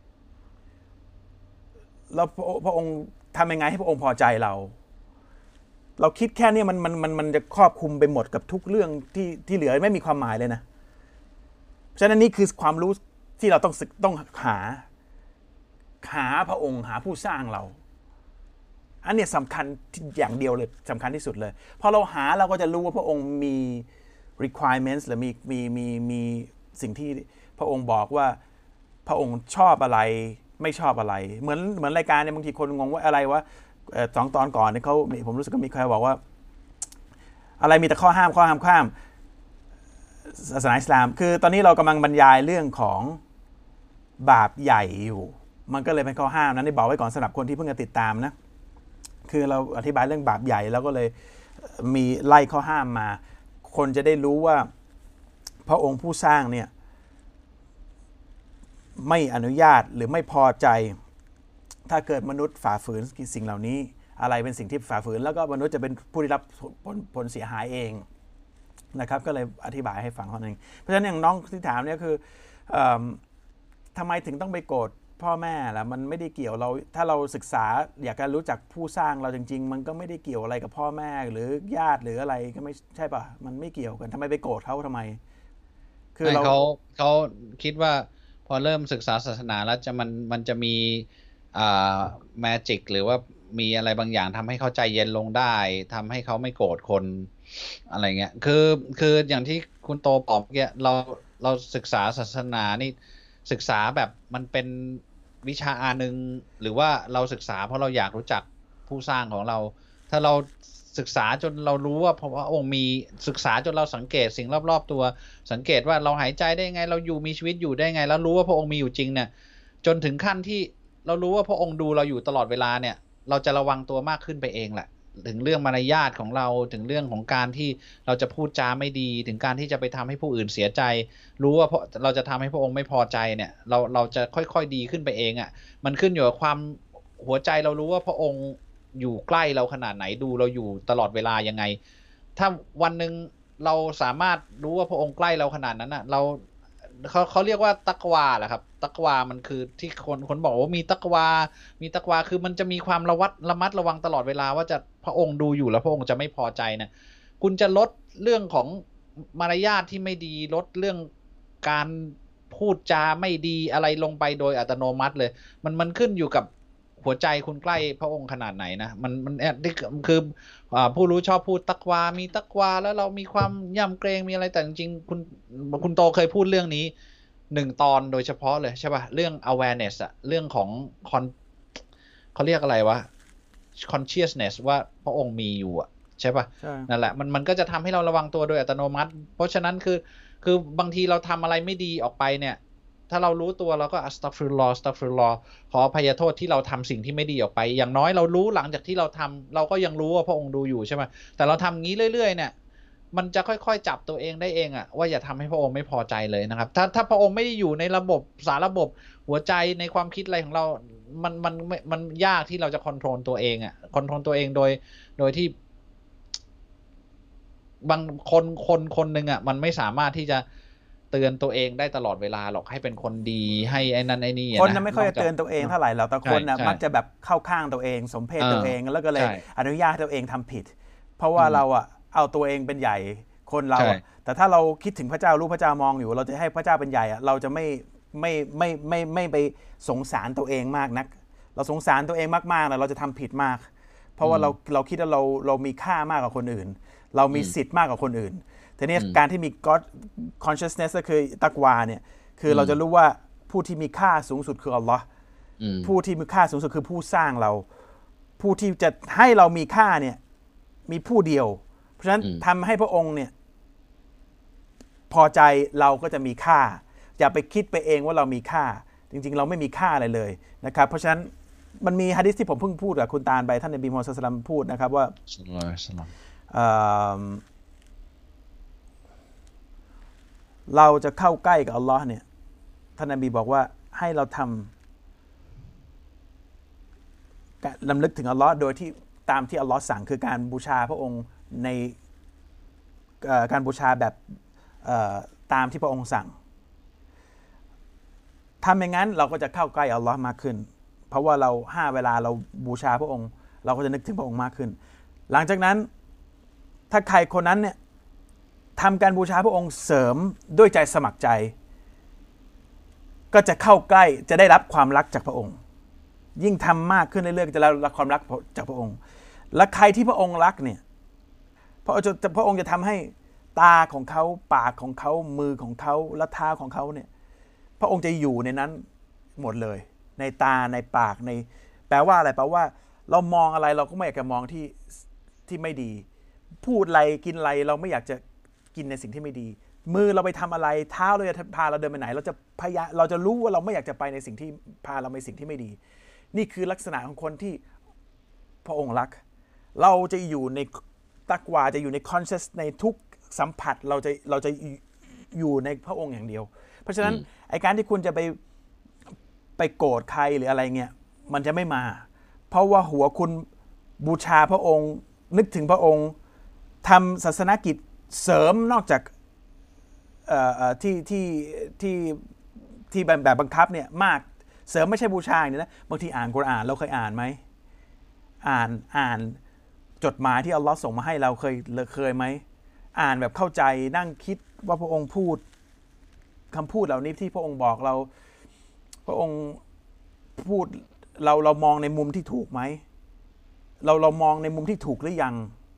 แล้วพระองค์ทำยังไงให้พระองค์พอใจเราคิดแค่นี้มันจะครอบคลุมไปหมดกับทุกเรื่องที่เหลือไม่มีความหมายเลยนะฉะนั้นนี่คือความรู้ที่เราต้องหาพระองค์หาผู้สร้างเราอันนี้สำคัญอย่างเดียวเลยสำคัญที่สุดเลยพอเราหาเราก็จะรู้ว่าพระองค์มี requirements หรือมีสิ่งที่พระองค์บอกว่าพระองค์ชอบอะไรไม่ชอบอะไรเหมือนรายการเนี่ยบางทีคนงงว่าอะไรวะ2 ตอนก่อนเนี่ยผมรู้สึกก็มีใครบอกว่าอะไรมีแต่ข้อห้ามศาสนาอิสลามคือตอนนี้เรากำลังบรรยายเรื่องของบาปใหญ่อยู่มันก็เลยเป็นข้อห้ามนั้นได้บอกไว้ก่อนสำหรับคนที่เพิ่งจะติดตามนะคือเราอธิบายเรื่องบาปใหญ่แล้วก็เลยมีไล่ข้อห้ามมาคนจะได้รู้ว่าพระองค์ผู้สร้างเนี่ยไม่อนุญาตหรือไม่พอใจถ้าเกิดมนุษย์ฝ่าฝืนสิ่งเหล่านี้อะไรเป็นสิ่งที่ฝ่าฝืนแล้วก็มนุษย์จะเป็นผู้ได้รับผลเสียหายเองนะครับก็เลยอธิบายให้ฟังเท่านั้นเองเพราะฉะนั้นอย่างน้องที่ถามเนี่ยคือทำไมถึงต้องไปโกรธพ่อแม่แหละมันไม่ได้เกี่ยวเราถ้าเราศึกษาอยากจะรู้จักผู้สร้างเราจริงๆมันก็ไม่ได้เกี่ยวอะไรกับพ่อแม่หรือญาติหรืออะไรก็ไม่ใช่ป่ะมันไม่เกี่ยวกันทำไมไปโกรธเขาทำไมคือเขาคิดว่าพอเริ่มศึกษาศาสนาแล้วมันจะมีแมจิกหรือว่ามีอะไรบางอย่างทำให้เขาใจเย็นลงได้ทำให้เขาไม่โกรธคนอะไรเงี้ยคืออย่างที่คุณโตบอกเมื่อกี้เราศึกษาศาสนานี่ศึกษาแบบมันเป็นวิชาหนึ่งหรือว่าเราศึกษาเพราะเราอยากรู้จักผู้สร้างของเราถ้าเราศึกษาจนเรารู้ว่าพระองค์มีศึกษาจนเราสังเกตสิ่งรอบๆตัวสังเกตว่าเราหายใจได้ไงเราอยู่มีชีวิตอยู่ได้ไงแล้วรู้ว่าพระองค์มีอยู่จริงเนี่ยจนถึงขั้นที่เรารู้ว่าพระองค์ดูเราอยู่ตลอดเวลาเนี่ยเราจะระวังตัวมากขึ้นไปเองแหละถึงเรื่องมารยาทของเราถึงเรื่องของการที่เราจะพูดจาไม่ดีถึงการที่จะไปทำให้ผู้อื่นเสียใจรู้ว่าเราจะทำให้พระองค์ไม่พอใจเนี่ยเราจะค่อยๆดีขึ้นไปเองอ่ะมันขึ้นอยู่กับความหัวใจเรารู้ว่าพระองค์อยู่ใกล้เราขนาดไหนดูเราอยู่ตลอดเวลายังไงถ้าวันหนึ่งเราสามารถรู้ว่าพระองค์ใกล้เราขนาดนั้นอ่ะเขาเรียกว่าตักวาแหละครับตักวามันคือที่คนบอกว่ามีตักวาคือมันจะมีความระมัดระวังตลอดเวลาว่าจะพระองค์ดูอยู่แล้วพระองค์จะไม่พอใจนะคุณจะลดเรื่องของมารยาทที่ไม่ดีลดเรื่องการพูดจาไม่ดีอะไรลงไปโดยอัตโนมัติเลยมันขึ้นอยู่กับหัวใจคุณใกล้พระองค์ขนาดไหนนะมันนี่คือผู้รู้ชอบพูดตักวามีตักวาแล้วเรามีความยำเกรงมีอะไรแต่จริงๆคุณโตเคยพูดเรื่องนี้1 ตอนโดยเฉพาะเลยใช่ป่ะเรื่อง awareness อะเรื่องของเขาเรียกอะไรวะ consciousness ว่าพระองค์มีอยู่อะใช่ป่ะนั่นแหละมันก็จะทำให้เราระวังตัวโดยอัตโนมัติเพราะฉะนั้นคือบางทีเราทำอะไรไม่ดีออกไปเนี่ยถ้าเรารู้ตัวเราก็อัสตัฆฟิรุลลอฮ์ขออภัยโทษที่เราทำสิ่งที่ไม่ดีออกไปอย่างน้อยเรารู้หลังจากที่เราทำเราก็ยังรู้ว่าพระองค์ดูอยู่ใช่ไหมแต่เราทำงี้เรื่อยๆเนี่ยมันจะค่อยๆจับตัวเองได้เองอะว่าอย่าทำให้พระองค์ไม่พอใจเลยนะครับถ้าพระองค์ไม่ได้อยู่ในระบบสารระบบหัวใจในความคิดอะไรของเรามันยากที่เราจะคอนโทรลตัวเองอะคอนโทรลตัวเองโดยที่บางคนหนึ่งอะมันไม่สามารถที่จะเตือนตัวเองได้ตลอดเวลาหรอกให้เป็นคนดีให้ไอ้นั่นไอ้นี่คนนั้นไม่ค่อยจะเตือนตัวเองเท่าไหร่หรอกแต่คนน่ะมักจะแบบเข้าข้างตัวเองสมเพศตัวเองแล้วก็เลยอนุญาตตัวเองทำผิดเพราะว่าเราอะเอาตัวเองเป็นใหญ่คนเราแต่ถ้าเราคิดถึงพระเจ้ารู้พระเจ้ามองอยู่เราจะให้พระเจ้าเป็นใหญ่อะเราจะไม่ไปสงสารตัวเองมากนักเราสงสารตัวเองมากๆเราจะทำผิดมากเพราะว่าเราคิดว่าเรามีค่ามากกว่าคนอื่นเรามีสิทธิ์มากกว่าคนอื่นทีนี้การที่มี God consciousness ก็คือตักวาเนี่ยคือเราจะรู้ว่าผู้ที่มีค่าสูงสุดคืออัลลอฮ์ผู้ที่มีค่าสูงสุดคือผู้สร้างเราผู้ที่จะให้เรามีค่าเนี่ยมีผู้เดียวเพราะฉะนั้นทำให้พระองค์เนี่ยพอใจเราก็จะมีค่าอย่าไปคิดไปเองว่าเรามีค่าจริงๆเราไม่มีค่าอะไรเลยนะครับเพราะฉะนั้นมันมีหะดีษที่ผมเพิ่งพูดกับคุณตาลไปท่านนบีมูฮัมมัดศ็อลลัลลอฮุอะลัยฮิวะซัลลัมพูดนะครับว่าเราจะเข้าใกล้กับอัลลอฮ์เนี่ยท่านนบีบอกว่าให้เราทำรำลึกถึงอัลลอฮ์โดยที่ตามที่อัลลอฮ์สั่งคือการบูชาพระองค์ในการบูชาแบบตามที่พระองค์สั่งทำอย่างนั้นเราก็จะเข้าใกล้อัลลอฮ์มากขึ้นเพราะว่าเรา5 เวลาเราบูชาพระองค์เราก็จะนึกถึงพระองค์มากขึ้นหลังจากนั้นถ้าใครคนนั้นเนี่ยทำการบูชาพระองค์เสริมด้วยใจสมัครใจก็จะเข้าใกล้จะได้รับความรักจากพระองค์ยิ่งทำมากขึ้นเรื่อยๆจะได้รับความรักจากพระองค์และใครที่พระองค์รักเนี่ยพระองค์จะทำให้ตาของเขาปากของเขามือของเขาและเท้าของเขาเนี่ยพระองค์จะอยู่ในนั้นหมดเลยในตาในปากในแปลว่าอะไรแปลว่าเรามองอะไรเราก็ไม่อยากจะมองที่ไม่ดีพูดอะไรกินอะไรเราไม่อยากจะกินในสิ่งที่ไม่ดีมือเราไปทำอะไรเท้าเราจะพาเราเดินไปไหนเราจะรู้ว่าเราไม่อยากจะไปในสิ่งที่พาเราไปสิ่งที่ไม่ดีนี่คือลักษณะของคนที่พระองค์รักเราจะอยู่ในตักวาจะอยู่ใน conscious ในทุกสัมผัสเราจะอยู่ในพระองค์อย่างเดียวเพราะฉะนั้นไอ้การที่คุณจะไปโกรธใครหรืออะไรเงี้ยมันจะไม่มาเพราะว่าหัวคุณบูชาพระองค์นึกถึงพระองค์ทำศาสนกิจเสริมนอกจากที่แบบบังคับเนี่ยมากเสริมไม่ใช่บูชาอย่างนี้นะบางทีอ่านกุรอานเราเคยอ่านไหมอ่านจดหมายที่อัลลอฮ์ส่งมาให้เราเคยไหมอ่านแบบเข้าใจนั่งคิดว่าพระองค์พูดคำพูดเหล่านี้ที่พระองค์บอกเราพระองค์พูดเรามองในมุมที่ถูกไหมเรามองในมุมที่ถูกหรือยัง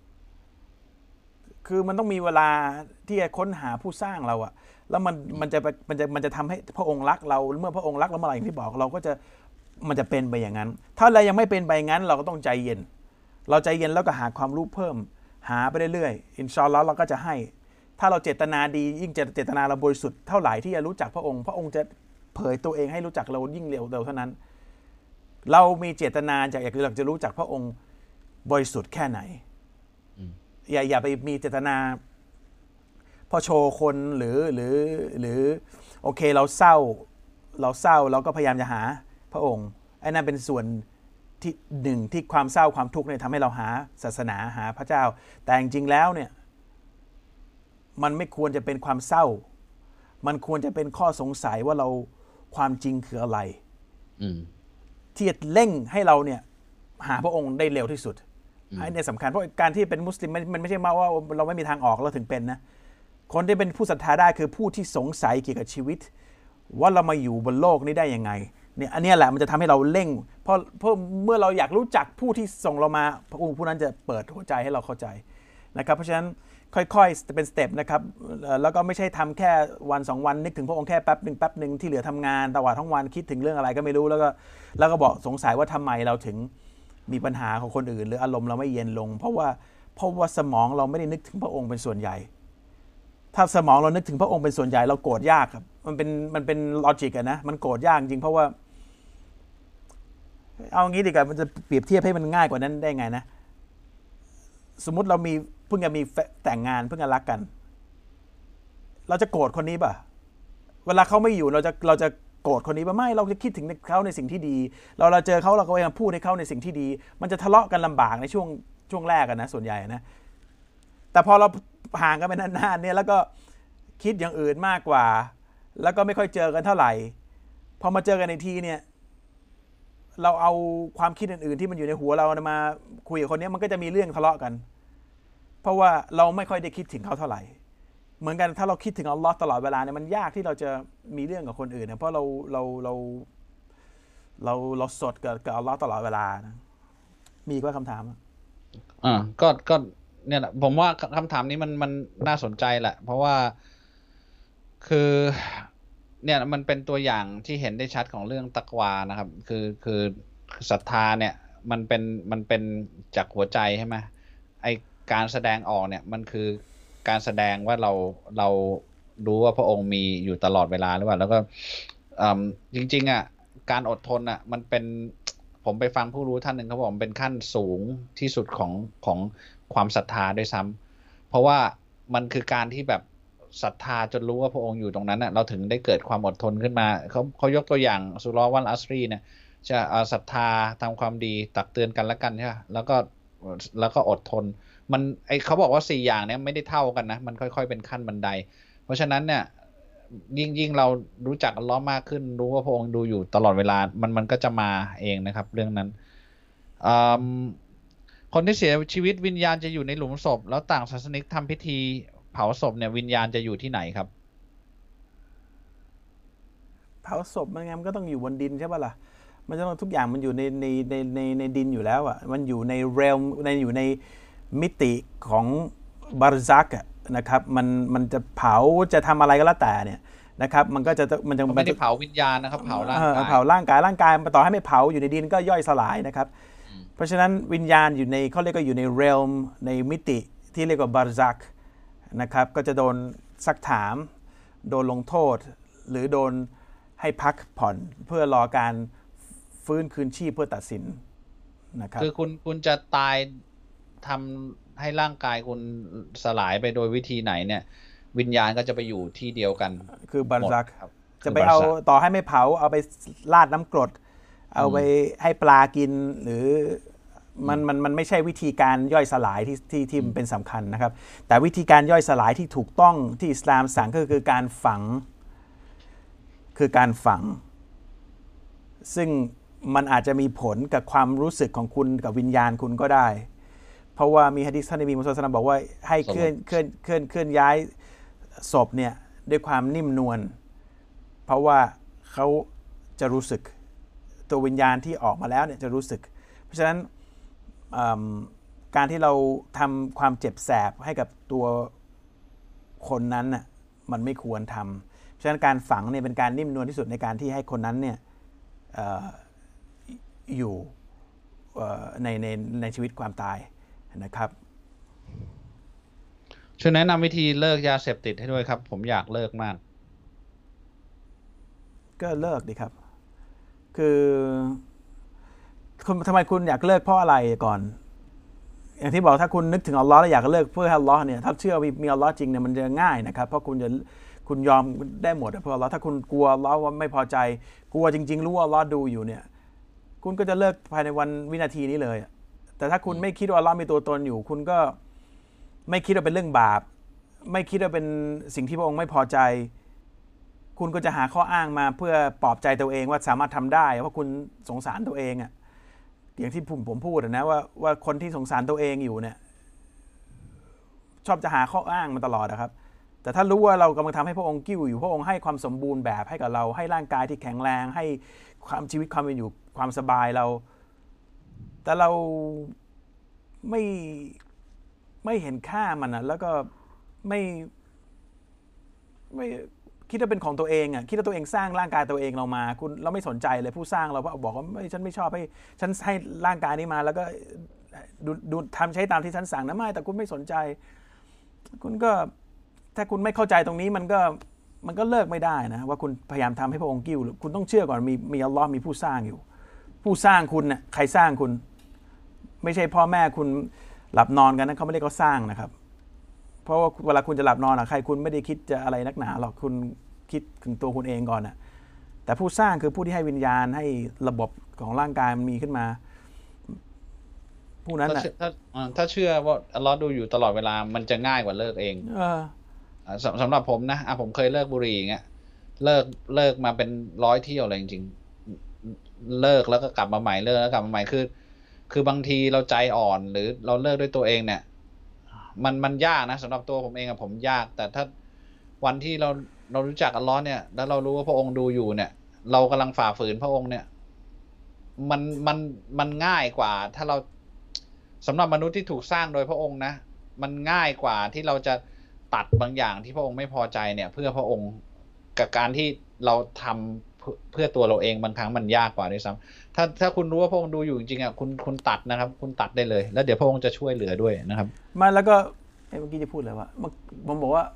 คือมันต้องมีเวลาที่จะค้นหาผู้สร้างเราอะแล้วมันจะทำให้พระองค์รักเราเมื่อพระองค์รักเราเมื่อไหร่อย่างที่บอกเราก็จะมันจะเป็นไปอย่างนั้นถ้าเรายังไม่เป็นไปอย่างนั้นเราก็ต้องใจเย็นเราใจเย็นแล้วก็หาความรู้เพิ่มหาไปเรื่อยๆอินชาอัลลอฮ์เราก็จะให้ถ้าเราเจตนาดียิ่งเจตนาเราบริสุทธิ์เท่าไหร่ที่จะรู้จักพระองค์จะเผยตัวเองให้รู้จักเรายิ่งเร็วเท่านั้นเรามีเจตนาอยากจะรู้จักพระองค์บริสุทธิ์แค่ไหนอย่าไปมีเจตนาพอโชว์คนหรือโอเคเราเศร้าเราก็พยายามจะหาพระองค์ไอ้นั่นเป็นส่วนที่หนึ่งที่ความเศร้าความทุกข์เนี่ยทำให้เราหาศาสนาหาพระเจ้าแต่จริงๆแล้วเนี่ยมันไม่ควรจะเป็นความเศร้ามันควรจะเป็นข้อสงสัยว่าเราความจริงคืออะไรที่จะเร่งให้เราเนี่ยหาพระองค์ได้เร็วที่สุดอันนี้สำคัญเพราะการที่เป็นมุสลิมมันไม่ใช่มาว่าเราไม่มีทางออกเราถึงเป็นนะคนที่เป็นผู้ศรัทธาได้คือผู้ที่สงสัยเกี่ยวกับชีวิตว่าเรามาอยู่บนโลกนี้ได้ยังไงเนี่ยอันนี้แหละมันจะทำให้เราเร่งเพราะเมื่อเราอยากรู้จักผู้ที่ส่งเรามาพระองค์ผู้นั้นจะเปิดหัวใจให้เราเข้าใจนะครับเพราะฉะนั้นค่อยๆเป็นสเต็ปนะครับแล้วก็ไม่ใช่ทำแค่วัน2วันนึกถึงพระองค์แค่แป๊บหนึ่งที่เหลือทำงานตลอดทั้งวันคิดถึงเรื่องอะไรก็ไม่รู้แล้วก็บอกสงสัยว่าทำไมเราถึงมีปัญหาของคนอื่นหรืออารมณ์เราไม่เย็นลงเพราะว่าสมองเราไม่ได้นึกถึงพระองค์เป็นส่วนใหญ่ถ้าสมองเรานึกถึงพระองค์เป็นส่วนใหญ่เราโกรธยากครับมันเป็นลอจิกอะนะมันโกรธยากจริงเพราะว่าเอางี้ดีกว่ามันจะเปรียบเทียบให้มันง่ายกว่านั้นได้ไงนะสมมุติเราเพิ่งจะมีแต่งงานเพิ่งจะรักกันเราจะโกรธคนนี้ป่ะเวลาเขาไม่อยู่เราจะโกรธคนนี้ป่ะไม่เราจะคิดถึงเขาในสิ่งที่ดีเราเจอเขาเราก็พยายามพูดให้เขาในสิ่งที่ดีมันจะทะเลาะกันลำบากในช่วงแรกกันนะส่วนใหญ่นะแต่พอเราห่างกันไปนานๆเนี่ยแล้วก็คิดอย่างอื่นมากกว่าแล้วก็ไม่ค่อยเจอกันเท่าไหร่พอมาเจอกันในทีเนี่ยเราเอาความคิดอื่นๆที่มันอยู่ในหัวเรามาคุยกับคนนี้มันก็จะมีเรื่องทะเลาะกันเพราะว่าเราไม่ค่อยได้คิดถึงเขาเท่าไหร่เหมือนกันถ้าเราคิดถึงอัลลอฮ์ตลอดเวลาเนี่ยมันยากที่เราจะมีเรื่องกับคนอื่นนะเพราะเราสดกับอัลลอฮ์ตลอดเวลานะมีก็คำถามก็เนี่ยแหละผมว่าคำถามนี้มันน่าสนใจแหละเพราะว่าคือเนี่ยมันเป็นตัวอย่างที่เห็นได้ชัดของเรื่องตักวานะครับคือศรัทธาเนี่ยมันเป็นจากหัวใจใช่ไหมไอการแสดงออกเนี่ยมันคือการแสดงว่าเรารู้ว่าพระองค์มีอยู่ตลอดเวลาหรือเปล่าแล้วก็จริงๆอ่ะการอดทนอ่ะมันเป็นผมไปฟังผู้รู้ท่านหนึ่งเขาบอกมันเป็นขั้นสูงที่สุดของความศรัทธาด้วยซ้ำเพราะว่ามันคือการที่แบบศรัทธาจนรู้ว่าพระองค์อยู่ตรงนั้นน่ะเราถึงได้เกิดความอดทนขึ้นมาเขายกตัวอย่างสุเราะห์วัลอัสรีเนี่ยจะศรัทธาทำความดีตักเตือนกันและกันใช่ไหมแล้วก็อดทนมันเขาบอกว่า4อย่างเนี้ยไม่ได้เท่ากันนะมันค่อยๆเป็นขั้นบันไดเพราะฉะนั้นเนี่ยยิ่งเรารู้จักอัลเลาะห์มากขึ้นรู้ว่าพระองค์ดูอยู่ตลอดเวลามันก็จะมาเองนะครับเรื่องนั้นคนที่เสียชีวิตวิญญาณจะอยู่ในหลุมศพแล้วต่างศาสนิกทำพิธีเผาศพเนี่ยวิญญาณจะอยู่ที่ไหนครับเผาศพมันก็ต้องอยู่บนดินใช่ป่ะล่ะมันจะต้องทุกอย่างมันอยู่ในดินอยู่แล้วอ่ะมันอยู่ในเรลอยู่ในมิติของบาร์ซักนะครับมันจะเผาจะทำอะไรก็แล้วแต่เนี่ยนะครับมันไม่ได้เผาวิญญาณนะครับเผาร่างกายเผาร่างกายต่อให้ไม่เผาอยู่ในดินก็ย่อยสลายนะครับเพราะฉะนั้นวิญญาณอยู่ในเขาเรียกก็อยู่ในเรลในมิติที่เรียกว่าบาร์ซักนะครับก็จะโดนซักถามโดนลงโทษหรือโดนให้พักผ่อนเพื่อรอการฟื้นคืนชีพเพื่อตัดสินนะครับคือคุณจะตายทำให้ร่างกายคุณสลายไปโดยวิธีไหนเนี่ยวิญญาณก็จะไปอยู่ที่เดียวกันคือบาร์ซักจะไปเอาต่อให้ไม่เผาเอาไปราดน้ำกรดเอาไปให้ปลากินหรือมันไม่ใช่วิธีการย่อยสลายที่มันเป็นสำคัญนะครับแต่วิธีการย่อยสลายที่ถูกต้องที่อิสลามสั่งก็คือการฝังซึ่งมันอาจจะมีผลกับความรู้สึกของคุณกับวิญญาณคุณก็ได้เพราะว่ามีหะดีษท่านนบีมุฮัมมัดศ็อลลัลลอฮุอะลัยฮิวะซัลลัมบอกว่าให้เคลื่อนย้ายศพเนี่ยด้วยความนิ่มนวลเพราะว่าเขาจะรู้สึกตัววิญญาณที่ออกมาแล้วเนี่ยจะรู้สึกเพราะฉะนั้นการที่เราทำความเจ็บแสบให้กับตัวคนนั้นน่ะมันไม่ควรทำเพราะฉะนั้นการฝังเนี่ยเป็นการนิ่มนวลที่สุดในการที่ให้คนนั้นเนี่ยอยู่ในชีวิตความตายนะครับช่วยแนะนำวิธีเลิกยาเสพติดให้ด้วยครับผมอยากเลิกมากก็เลิกดีครับคือทำไมคุณอยากเลิกเพราะอะไรก่อนอย่างที่บอกถ้าคุณนึกถึงอัลลอฮ์แล้วอยากเลิกเพื่ออัลลอฮ์เนี่ยถ้าเชื่อมีอัลลอฮ์จริงเนี่ยมันจะง่ายนะครับเพราะคุณยอมได้หมดเพื่ออัลลอฮ์ถ้าคุณกลัวอัลลอฮ์ว่าไม่พอใจกลัวจริงๆรู้ว่าอัลลอฮ์ดูอยู่เนี่ยคุณก็จะเลิกภายในวินาทีนี้เลยแต่ถ้าคุณไม่คิดว่าอัลลอฮ์มีตัวตนอยู่คุณก็ไม่คิดว่าเป็นเรื่องบาปไม่คิดว่าเป็นสิ่งที่พระองค์ไม่พอใจคุณก็จะหาข้ออ้างมาเพื่อปลอบใจตัวเองว่าสามารถทำได้เพราะคุณสงสารตัวเองอย่างที่ผมพูดนะว่าคนที่สงสารตัวเองอยู่เนี่ยชอบจะหาข้ออ้างมาตลอดนะครับแต่ถ้ารู้ว่าเรากำลังทำให้พระองค์กิ้วอยู่พระองค์ให้ความสมบูรณ์แบบให้กับเราให้ร่างกายที่แข็งแรงให้ความชีวิตความเป็นอยู่ความสบายเราแต่เราไม่เห็นค่ามันแล้วก็ไม่คิดว่าเป็นของตัวเองคิดว่าตัวเองสร้างร่างกายตัวเองเรามาเราไม่สนใจเลยผู้สร้างเราบอกว่าฉันไม่ชอบให้ฉันให้ร่างกายนี้มาแล้วก็ดูทำใช้ตามที่ฉันสั่งนะไม่แต่คุณไม่สนใจคุณก็ถ้าคุณไม่เข้าใจตรงนี้มันก็เลิกไม่ได้นะว่าคุณพยายามทำให้พระองค์กิ้วคุณต้องเชื่อก่อนมีอัลลอฮ์มีผู้สร้างอยู่ผู้สร้างคุณน่ะใครสร้างคุณไม่ใช่พ่อแม่คุณหลับนอนกันนั้นเขาไม่ได้ก็สร้างนะครับเพราะว่าเวลาคุณจะหลับนอนใครคุณไม่ได้คิดจะอะไรนักหนาหรอกคุณคิดถึงตัวคุณเองก่อนแต่ผู้สร้างคือผู้ที่ให้วิญญาณให้ระบบของร่างกายมันมีขึ้นมาผู้นั้นถ้าเชื่อว่าอัลลอฮ์ดูอยู่ตลอดเวลามันจะง่ายกว่าเลิกเองสำหรับผมนะผมเคยเลิกบุหรี่อย่างเงี้ยเลิกมาเป็น100 เที่ยวเลยจริงๆเลิกแล้วก็กลับมาใหม่เลิกแล้วกลับมาใหม่คือบางทีเราใจอ่อนหรือเราเลิกด้วยตัวเองเนี่ยมันยากนะสำหรับตัวผมเองผมยากแต่ถ้าวันที่เรารู้จักอัลลอฮ์เนี่ยแล้วเรารู้ว่าพระองค์ดูอยู่เนี่ยเรากำลังฝ่าฝืนพระองค์เนี่ยมันง่ายกว่าถ้าเราสำหรับมนุษย์ที่ถูกสร้างโดยพระองค์นะมันง่ายกว่าที่เราจะตัดบางอย่างที่พระองค์ไม่พอใจเนี่ยเพื่อพระองค์กับการที่เราทำเพื่อตัวเราเองบางครั้งมันยากกว่าด้วยซ้ำถ้าคุณรู้ว่าพระองค์ดูอยู่จริงๆคุณตัดนะครับคุณตัดได้เลยแล้วเดี๋ยวพระองค์จะช่วยเหลือด้วยนะครับมาแล้วก็เมื่อกี้จะพูดเลยว่าผมบอกว่า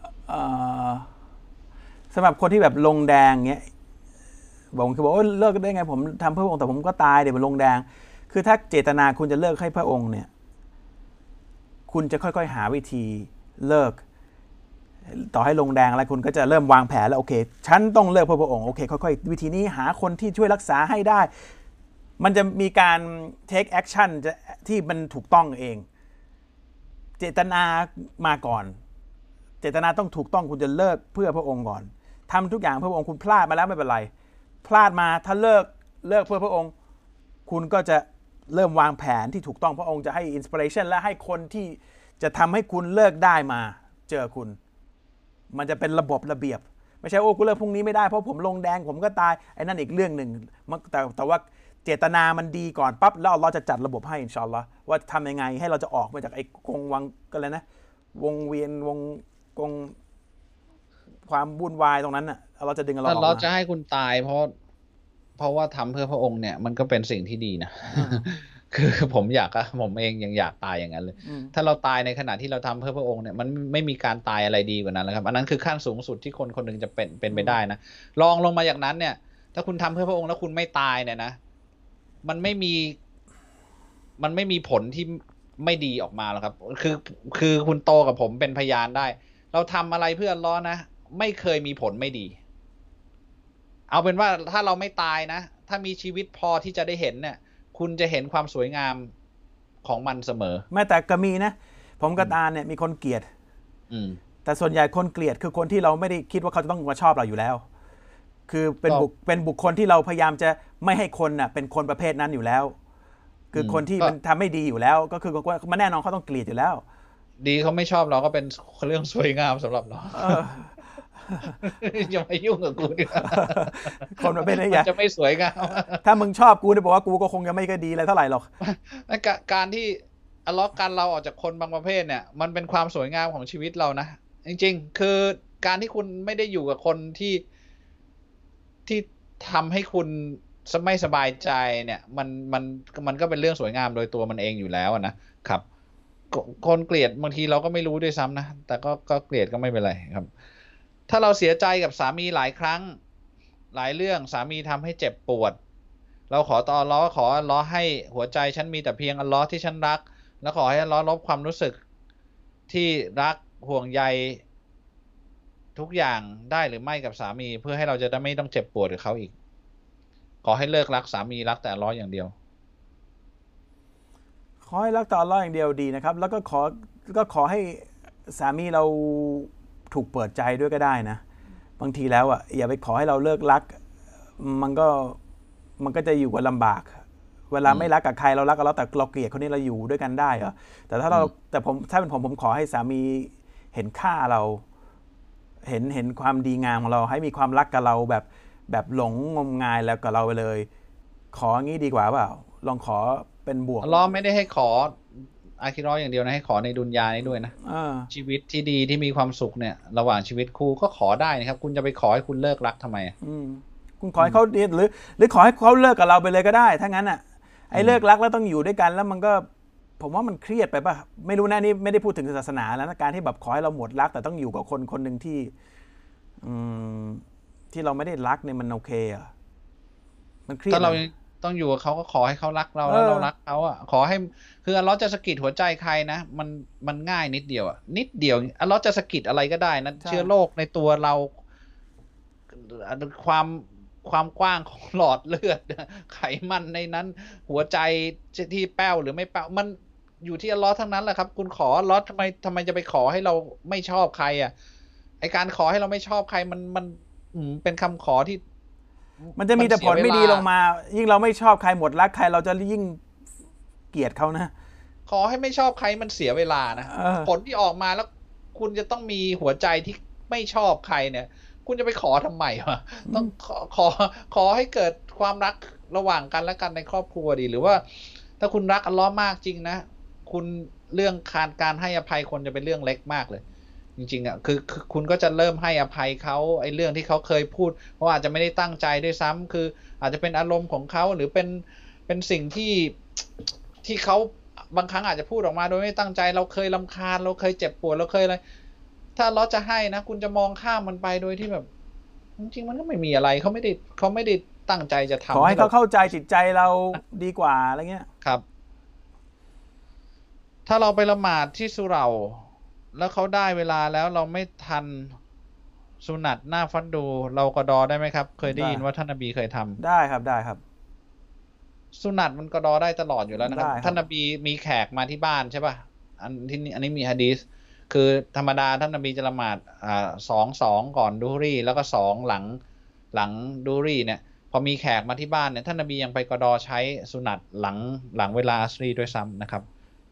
สำหรับคนที่แบบลงแดงเงี้ยบอกคือบอกว่าเลิกได้ไงผมทำเพื่อพระองค์แต่ผมก็ตายเดี๋ยวมันลงแดงคือถ้าเจตนาคุณจะเลิกให้พระองค์เนี่ยคุณจะค่อยๆหาวิธีเลิกต่อให้ลงแดงอะไรคุณก็จะเริ่มวางแผนแล้วโอเคฉันต้องเลิกเพื่อพระองค์โอเคค่อยๆวิธีนี้หาคนที่ช่วยรักษาให้ได้มันจะมีการ take action ที่มันถูกต้องเองเจตนามาก่อนเจตนาต้องถูกต้องคุณจะเลิกเพื่อพระองค์ก่อนทำทุกอย่างเพื่อพระองค์คุณพลาดมาแล้วไม่เป็นไรพลาดมาถ้าเลิกเพื่อพระองค์คุณก็จะเริ่มวางแผนที่ถูกต้องพระองค์จะให้อินสปิเรชันและให้คนที่จะทำให้คุณเลิกได้มาเจอคุณมันจะเป็นระบบระเบียบไม่ใช่โอ้กูเลิกพรุ่งนี้ไม่ได้เพราะผมลงแดงผมก็ตายไอ้นั่นอีกเรื่องหนึ่งแต่ว่าเจตนามันดีก่อนปั๊บแล้วเราจะจัดระบบให้อินชาอัลลอฮ์ว่าทำยังไงให้เราจะออกมาจากไอ้กงวังกันเลยนะวงเวียนกงความวุ่นวายตรงนั้นน่ะเราจะดึงเราออกมาเราจะให้คุณตายเพราะว่าทำเพื่อพระองค์เนี่ยมันก็เป็นสิ่งที่ดีนะ คือผมเองยังอยากตายอย่างนั้นเลยถ้าเราตายในขณะที่เราทำเพื่อพระองค์เนี่ยมันไม่มีการตายอะไรดีกว่านั้นแล้วครับอันนั้นคือขั้นสูงสุดที่คนหนึ่งจะเป็นไปได้นะลองลงมาจากนั้นเนี่ยถ้าคุณทำเพื่อพระองค์แล้วคุณไม่ตายเนี่ยนะมันไม่มีผลที่ไม่ดีออกมาหรอกครับคือคุณโตกับผมเป็นพยานได้เราทำอะไรเพื่ออัลเลาะห์นะไม่เคยมีผลไม่ดีเอาเป็นว่าถ้าเราไม่ตายนะถ้ามีชีวิตพอที่จะได้เห็นเนี่ยคุณจะเห็นความสวยงามของมันเสมอแม้แต่ก็มีนะผมกับตาเนี่ยมีคนเกลียดแต่ส่วนใหญ่คนเกลียดคือคนที่เราไม่ได้คิดว่าเขาจะต้องมาชอบเราอยู่แล้วคือเป็นบุคคลที่เราพยายามจะไม่ให้คนน่ะเป็นคนประเภทนั้นอยู่แล้ว คือคนที่มันทำไม่ดีอยู่แล้วก็คือมันแน่นอนเขาต้องเกลียดอยู่แล้วดีเขาไม่ชอบเราก็เป็นเรื่องสวยงามสำหรับเราอย่ามายุ่งกับกูดิคนประเภทนี้จะไม่สวยงามถ้ามึงชอบกูเนี่ยบอกว่ากูก็คงจะไม่ก็ดีอะไรเท่าไหร่หรอกการที่อัลเลาะห์กันเราออกจากคนบางประเภทเนี่ยมันเป็นความสวยงามของชีวิตเรานะจริงๆคือการที่คุณไม่ได้อยู่กับคนที่ทำให้คุณไม่สบายใจเนี่ยมันก็เป็นเรื่องสวยงามโดยตัวมันเองอยู่แล้วนะครับคนเกลียดบางทีเราก็ไม่รู้ด้วยซ้ำนะแต่ก็เกลียดก็ไม่เป็นไรครับถ้าเราเสียใจกับสามีหลายครั้งหลายเรื่องสามีทำให้เจ็บปวดเราขอต่ออัลเลาะห์ขออัลเลาะห์ให้หัวใจฉันมีแต่เพียงอัลเลาะห์ที่ฉันรักแล้วขอให้อัลเลาะห์ลบความรู้สึกที่รักห่วงใยทุกอย่างได้หรือไม่กับสามีเพื่อให้เราจะได้ไม่ต้องเจ็บปวดกับเขาอีกขอให้เลิกรักสามีรักแต่อัลเลาะห์อย่างเดียวขอให้รักแต่อัลเลาะห์อย่างเดียวดีนะครับแล้วก็ขอให้สามีเราถูกเปิดใจด้วยก็ได้นะบางทีแล้วอ่ะอย่าไปขอให้เราเลิกรักมันก็จะอยู่กันลำบากเวลาไม่รักกับใครเรารักกันแล้วแต่เราเกลียดคนนี้เราอยู่ด้วยกันได้เหรอแต่ถ้าเป็นผมขอให้สามีเห็นค่าเราเห็นความดีงามของเราให้มีความรักกับเราแบบหลงงมงายแล้วกับเราไปเลยของี้ดีกว่าเปล่าลองขอเป็นบวกอัลเลาะห์ไม่ได้ให้ขออาคิเราะห์อย่างเดียวนะให้ขอในดุนยานี้ด้วยนะชีวิตที่ดีที่มีความสุขเนี่ยระหว่างชีวิตคู่ก็ขอได้นะครับคุณจะไปขอให้คุณเลิกรักทำไมคุณขอให้เขาหรือขอให้เขาเลิกกับเราไปเลยก็ได้ถ้างั้นอ่ะไอ้เลิกรักแล้วต้องอยู่ด้วยกันแล้วมันก็ผมว่ามันเครียดไปป่ะไม่รู้นะนี่ไม่ได้พูดถึงศาสนาแล้วนะการที่แบบขอให้เราหมดรักแต่ต้องอยู่กับคนหนึ่งที่เราไม่ได้รักเนี่ยมันโอเคอ่ะมันเครียดถ้าเราต้องอยู่กับเขาก็ขอให้เขารักเราแล้วเรารักเขาอ่ะขอให้คืออัลเลาะห์จะสะกิดหัวใจใครนะมันง่ายนิดเดียวอ่ะนิดเดียวอัลเลาะห์จะสะกิดอะไรก็ได้นะเชื้อโรคในตัวเราความกว้างของหลอดเลือดไขมันในนั้นหัวใจที่แป้วหรือไม่แป้วมันอยู่ที่อัลเลาะห์ทั้งนั้นแหละครับคุณขออัลเลาะห์ทำไมจะไปขอให้เราไม่ชอบใครอ่ะไอการขอให้เราไม่ชอบใครมันเป็นคำขอที่มันจะมีแต่ผลไม่ดีลงมายิ่งเราไม่ชอบใครหมดรักใครเราจะยิ่งเกลียดเขานะขอให้ไม่ชอบใครมันเสียเวลานะผลที่ออกมาแล้วคุณจะต้องมีหัวใจที่ไม่ชอบใครเนี่ยคุณจะไปขอทำไมวะต้องขอให้เกิดความรักระหว่างกันและกันในครอบครัวดีหรือว่าถ้าคุณรักอัลเลาะห์มากจริงนะคุณเรื่องการให้อภัยคนจะเป็นเรื่องเล็กมากเลยจริงๆอ่ะคือคุณก็จะเริ่มให้อภัยเขาไอ้เรื่องที่เขาเคยพูดเพราะอาจจะไม่ได้ตั้งใจด้วยซ้ำคืออาจจะเป็นอารมณ์ของเขาหรือเป็นสิ่งที่เขาบางครั้งอาจจะพูดออกมาโดยไม่ตั้งใจเราเคยรำคาญเราเคยเจ็บปวดเราเคยอะไรถ้าเราจะให้นะคุณจะมองข้ามมันไปโดยที่แบบจริงๆมันก็ไม่มีอะไรเขาไม่ได้ตั้งใจจะทำขอให้เขาเข้าใจจิตใจเราดีกว่าอะไรเงี้ยครับถ้าเราไปละหมาดที่สุเหร่าแล้วเขาได้เวลาแล้วเราไม่ทันสุนัตหน้าฟัดดูเรากอดอได้ไหมครับเคยได้ยินว่าท่านนบีเคยทำได้ครับสุนัตมันกอดอได้ตลอดอยู่แล้วนะครับท่านนบีมีแขกมาที่บ้านใช่ป่ะอันนี้มีหะดีษคือธรรมดาท่านนบีจะละหมาด2ก่อนดูรีแล้วก็2หลังดูรีเนี่ยพอมีแขกมาที่บ้านเนี่ยท่านนบียังไปกอดอใช้สุนัตหลังเวลาอัสรีด้วยซ้ำนะครับ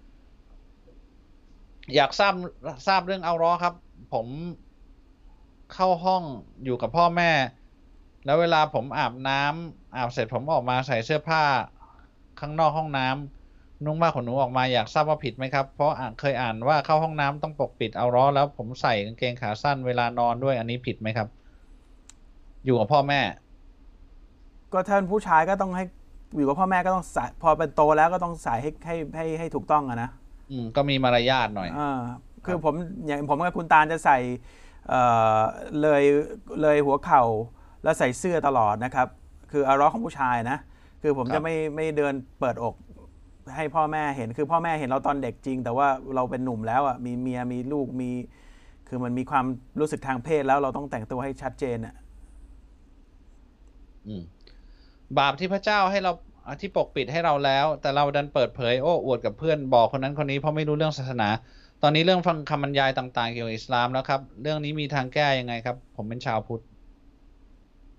อยากทราบเรื่องอัลเลาะห์ครับผมเข้าห้องอยู่กับพ่อแม่แล้วเวลาผมอาบน้ำอาบเสร็จผมออกมาใส่เสื้อผ้าข้างนอกห้องน้ำนุ่งผ้าขนหนูออกมาอยากทราบว่าผิดไหมครับเพราะเคยอ่านว่าเข้าห้องน้ำต้องปกปิดอัลเลาะห์แล้วผมใส่กางเกงขาสั้นเวลานอนด้วยอันนี้ผิดไหมครับอยู่กับพ่อแม่ก็ท่านผู้ชายก็ต้องให้อยู่กับพ่อแม่ก็ต้องใส่พอเป็นโตแล้วก็ต้องใส่ให้ถูกต้องอะนะก็มีมารยาทหน่อยคืออย่างผมกับคุณตาลจะใส่เลยหัวเข่าแล้วใส่เสื้อตลอดนะครับคืออัลเลาะห์ของผู้ชายนะคือผมจะไม่เดินเปิดอกให้พ่อแม่เห็นคือพ่อแม่เห็นเราตอนเด็กจริงแต่ว่าเราเป็นหนุ่มแล้วอ่ะมีเมียมีลูกคือมันมีความรู้สึกทางเพศแล้วเราต้องแต่งตัวให้ชัดเจนอ่ะบาปที่พระเจ้าให้เราที่ปกปิดให้เราแล้วแต่เราดันเปิดเผยโอ้อวดกับเพื่อนบอกคนนั้นคนนี้เพราะไม่รู้เรื่องศาสนาตอนนี้เรื่องฟังคำบรรยายต่างๆเกี่ยวกับอิสลามแล้วครับเรื่องนี้มีทางแก้ยังไงครับผมเป็นชาวพุทธ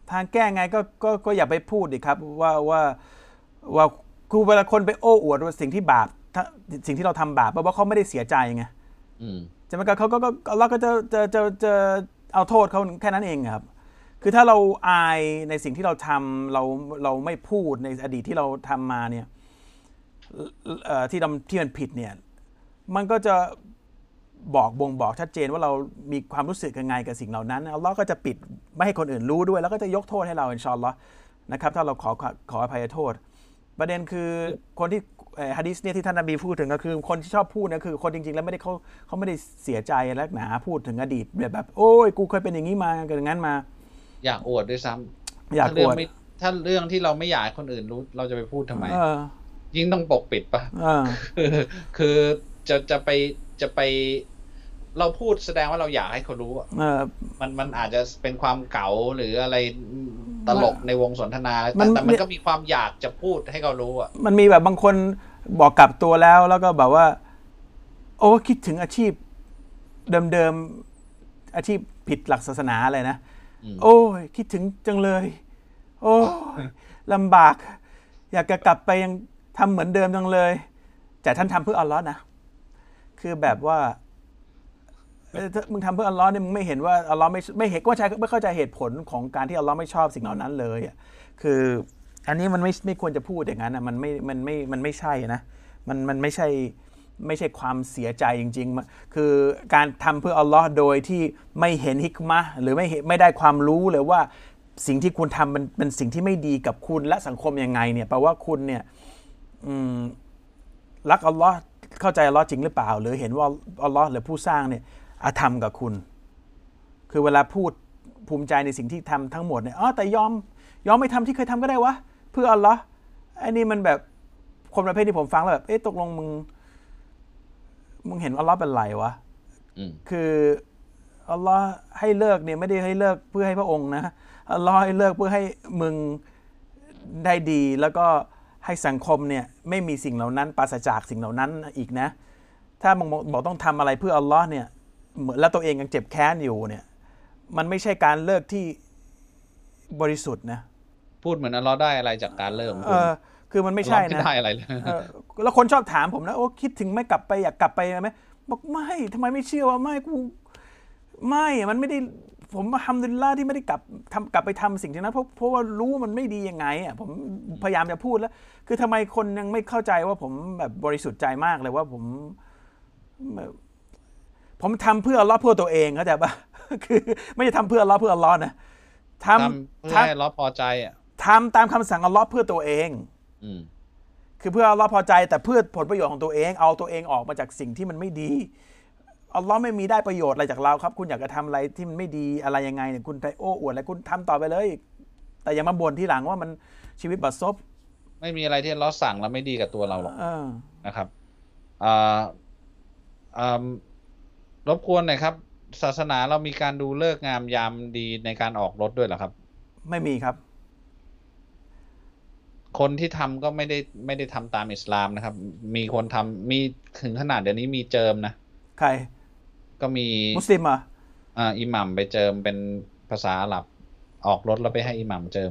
ทางแก้ไงก็อย่าไปพูดดิครับว่าคือเวลาคนไปโอ้อวดว่าสิ่งที่บาปสิ่งที่เราทำบาปเพราะว่าเขาไม่ได้เสียใจไงใช่ไหมครับเราก็จะเอาโทษเขาแค่นั้นเองครับคือถ้าเราอายในสิ่งที่เราทำเราไม่พูดในอดีตที่เราทำมาเนี่ยที่มันผิดเนี่ยมันก็จะบ่งบอกชัดเจนว่าเรามีความรู้สึกยังไงกับสิ่งเหล่านั้นอัลเลาะห์ก็จะปิดไม่ให้คนอื่นรู้ด้วยแล้วก็จะยกโทษให้เราอินชาอัลลอฮ์นะครับถ้าเราขออภัยโทษประเด็นคือคนที่หะดีษเนี่ยที่ท่านนบีพูดถึงก็คือคนที่ชอบพูดนะคือคนจริงๆแล้วไม่ได้เขาไม่ได้เสียใจและหนาพูดถึงอดีตแบบโอ้ยกูเคยเป็นอย่างนี้มาอย่างนั้นมาอยากอวดด้วยซ้ำอยากอวดถ้าเรื่องที่เราไม่อยากให้คนอื่นรู้เราจะไปพูดทำไมยิ่งต้องปกปิดปะคือจะไปเราพูดแสดงว่าเราอยากให้เขารู้มันอาจจะเป็นความเก๋าหรืออะไรตลกในวงสนทนาแต่มันก็มีความอยากจะพูดให้เขารู้มันมีแบบบางคนบอกกลับตัวแล้วก็แบบว่าโอ้คิดถึงอาชีพเดิมอาชีพผิดหลักศาสนาอะไรนะโอ้ยคิดถึงจังเลยโอ้ยลำบากอยากจะกลับไปยังทำเหมือนเดิมจังเลยแต่ท่านทำเพื่ออัลเลาะห์นะคือแบบว่ามึงทำเพื่ออัลเลาะห์เนี่ยมึงไม่เห็นว่าอัลเลาะห์ไม่เห็นว่าไม่เข้าใจเหตุผลของการที่อัลเลาะห์ไม่ชอบสิ่งเหล่านั้นเลยคืออันนี้มันไม่ควรจะพูดอย่างนั้นนะมันไม่ใช่นะมันไม่ใช่ความเสียใจจริงๆคือการทำเพื่ออัลเลาะห์โดยที่ไม่เห็นฮิกมะห์หรือไม่ได้ความรู้เลยว่าสิ่งที่คุณทำมันเป็นสิ่งที่ไม่ดีกับคุณและสังคมยังไงเนี่ยแปลว่าคุณเนี่ยรักอัลเลาะห์เข้าใจอัลเลาะห์จริงหรือเปล่าหรือเห็นว่าอัลเลาะห์หรือผู้สร้างเนี่ยอาธรรมกับคุณคือเวลาพูดภูมิใจในสิ่งที่ทำทั้งหมดเนี่ยแต่ยอมไม่ทำที่เคยทำก็ได้วะเพื่ออัลเลาะห์ไอ้นี่มันแบบคนประเภทที่ผมฟังแล้วแบบตกลงมึงเห็นอัลเลาะห์เป็นไรวะคืออัลเลาะห์ให้เลิกเนี่ยไม่ได้ให้เลิกเพื่อให้พระองค์นะอัลเลาะห์ให้เลิกเพื่อให้มึงได้ดีแล้วก็ให้สังคมเนี่ยไม่มีสิ่งเหล่านั้นปราศจากสิ่งเหล่านั้นอีกนะถ้ามึงบอกต้องทำอะไรเพื่ออัลเลาะห์เนี่ยเหมือนแล้วตัวเองยังเจ็บแค้นอยู่เนี่ยมันไม่ใช่การเลิกที่บริสุทธิ์นะพูดเหมือนอัลเลาะห์ได้อะไรจากการเลิกคือมันไม่ใช่นะไม่ได้อะไรเลยแล้วคนชอบถามผมนะโอ้คิดถึงไม่กลับไปอยากกลับไปไหมบอกไม่ทำไมไม่เชื่อว่าไม่กูไม่มันไม่ได้ผมทำดุลล่าที่ไม่ได้กลับไปทำสิ่งนั้นเพราะว่ารู้มันไม่ดียังไงผมพยายามจะพูดแล้วคือทำไมคนยังไม่เข้าใจว่าผมแบบบริสุทธิ์ใจมากเลยว่าผมทำเพื่ออัลเลาะห์เพื่อตัวเองเข้าใจป่ะคือไม่ได้ทำเพื่ออัลเลาะห์เพื่ออัลเลาะห์นะทำเพื่อให้อัลเลาะห์พอใจทำตามคำสั่งอัลเลาะห์เพื่อตัวเองคือเพื่ออัลเลาะห์พอใจแต่เพื่อผลประโยชน์ของตัวเองเอาตัวเองออกมาจากสิ่งที่มันไม่ดีอัลเลาะห์ไม่มีได้ประโยชน์อะไรจากเราครับคุณอยากจะทำอะไรที่มันไม่ดีอะไรยังไงเนี่ยคุณไปโอ้อวดอะไรคุณทำต่อไปเลยแต่อย่ามาบ่นทีหลังว่ามันชีวิตบัดซบไม่มีอะไรที่อัลเลาะห์สั่งแล้วไม่ดีกับตัวเราหรอกนะครับรบกวนหน่อยครับศาสนาเรามีการดูฤกษ์งามยามดีในการออกรถด้วยเหรอครับไม่มีครับคนที่ทำก็ไม่ได้ทำตามอิสลามนะครับมีคนทำมีถึงขนาดเดี๋ยวนี้มีเจิมนะใครก็มีมุสลิมอิหมัมไปเจิมเป็นภาษาอาหรับออกรถแล้วไปให้อิหมัมเจิม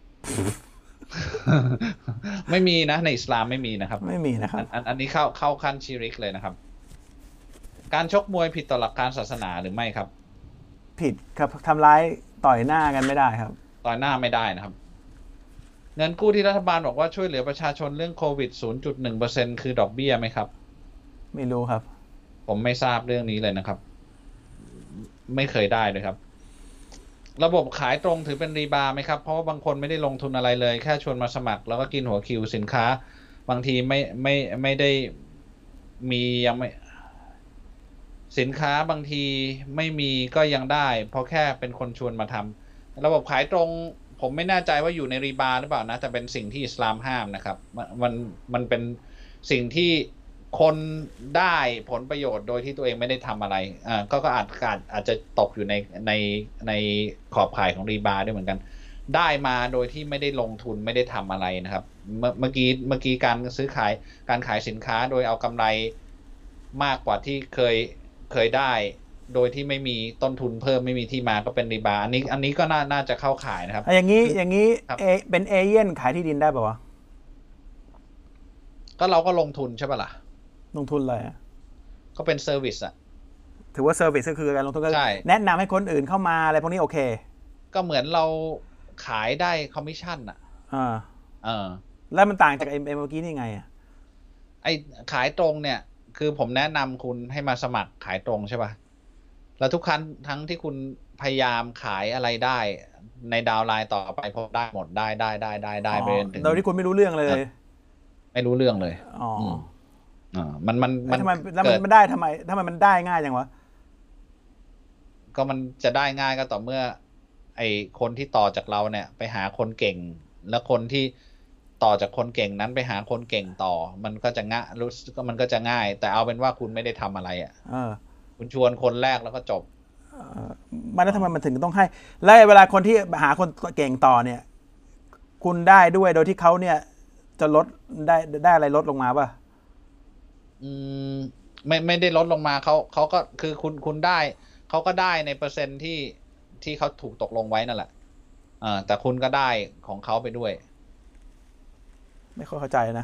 ไม่มีนะในอิสลามไม่มีนะครับไม่มีนะครับอันนี้เข้าขั้นชิริกเลยนะครับการชกมวยผิดต่อหลักการศาสนาหรือไม่ครับผิดครับทำร้ายต่อยหน้ากันไม่ได้ครับต่อยหน้าไม่ได้นะครับเงินกู้ที่รัฐบาลบอกว่าช่วยเหลือประชาชนเรื่องโควิด 0.1% คือดอกเบี้ยไหมครับไม่รู้ครับผมไม่ทราบเรื่องนี้เลยนะครับไม่เคยได้เลยครับระบบขายตรงถือเป็นรีบาไหมครับเพราะว่าบางคนไม่ได้ลงทุนอะไรเลยแค่ชวนมาสมัครแล้วก็กินหัวคิวสินค้าบางทีไม่ได้มียังไม่สินค้าบางทีไม่มีก็ยังได้เพราะแค่เป็นคนชวนมาทำระบบขายตรงผมไม่แน่ใจว่าอยู่ในรีบาหรือเปล่านะแต่เป็นสิ่งที่อิสลามห้ามนะครับมันเป็นสิ่งที่คนได้ผลประโยชน์โดยที่ตัวเองไม่ได้ทำอะไรก็อาจจะตกอยู่ในขอบข่ายของรีบาด้วยเหมือนกันได้มาโดยที่ไม่ได้ลงทุนไม่ได้ทำอะไรนะครับเมื่อกี้การซื้อขายการขายสินค้าโดยเอากำไรมากกว่าที่เคยได้โดยที่ไม่มีต้นทุนเพิ่มไม่มีที่มาก็เป็นริบาอันนี้ก็น่าจะเข้าข่ายนะครับอย่างนี้เป็นเอเย่นขายที่ดินได้ป่าวะก็เราก็ลงทุนใช่ป่ะล่ะลงทุนอะไรก็เป็นเซอร์วิสอะถือว่าเซอร์วิสก็คือการลงทุนก็แนะนำให้คนอื่นเข้ามาอะไรพวกนี้โอเคก็เหมือนเราขายได้คอมมิชชั่นอะแล้วมันต่างจากเมื่อกี้นี่ไงไอ้ขายตรงเนี่ยคือผมแนะนำคุณให้มาสมัครขายตรงใช่ป่ะแล้วทุกครั้งทั้งที่คุณพยายามขายอะไรได้ในดาวไลน์ต่อไปพอได้หมดได้ไปถึงโดยที่คุณไม่รู้เรื่องเลยไม่รู้เรื่องเลยมันทำไมแล้วมันได้ทำไมมันได้ง่ายจังวะก็มันจะได้ง่ายก็ต่อเมื่อไอ้คนที่ต่อจากเราเนี่ยไปหาคนเก่งแล้วคนที่ต่อจากคนเก่งนั้นไปหาคนเก่งต่อมันก็จะมันก็จะง่ายแต่เอาเป็นว่าคุณไม่ได้ทำอะไรคุณชวนคนแรกแล้วก็จบมันแล้วทำไมมันถึงต้องให้แล้วเวลาคนที่หาคนเก่งต่อเนี่ยคุณได้ด้วยโดยที่เขาเนี่ยจะลดได้อะไรลดลงมาป่ะไม่ได้ลดลงมาเขาก็คือคุณได้เขาก็ได้ในเปอร์เซ็นต์ที่เขาถูกตกลงไว้นั่นแหละแต่คุณก็ได้ของเขาไปด้วยไม่เข้าใจนะ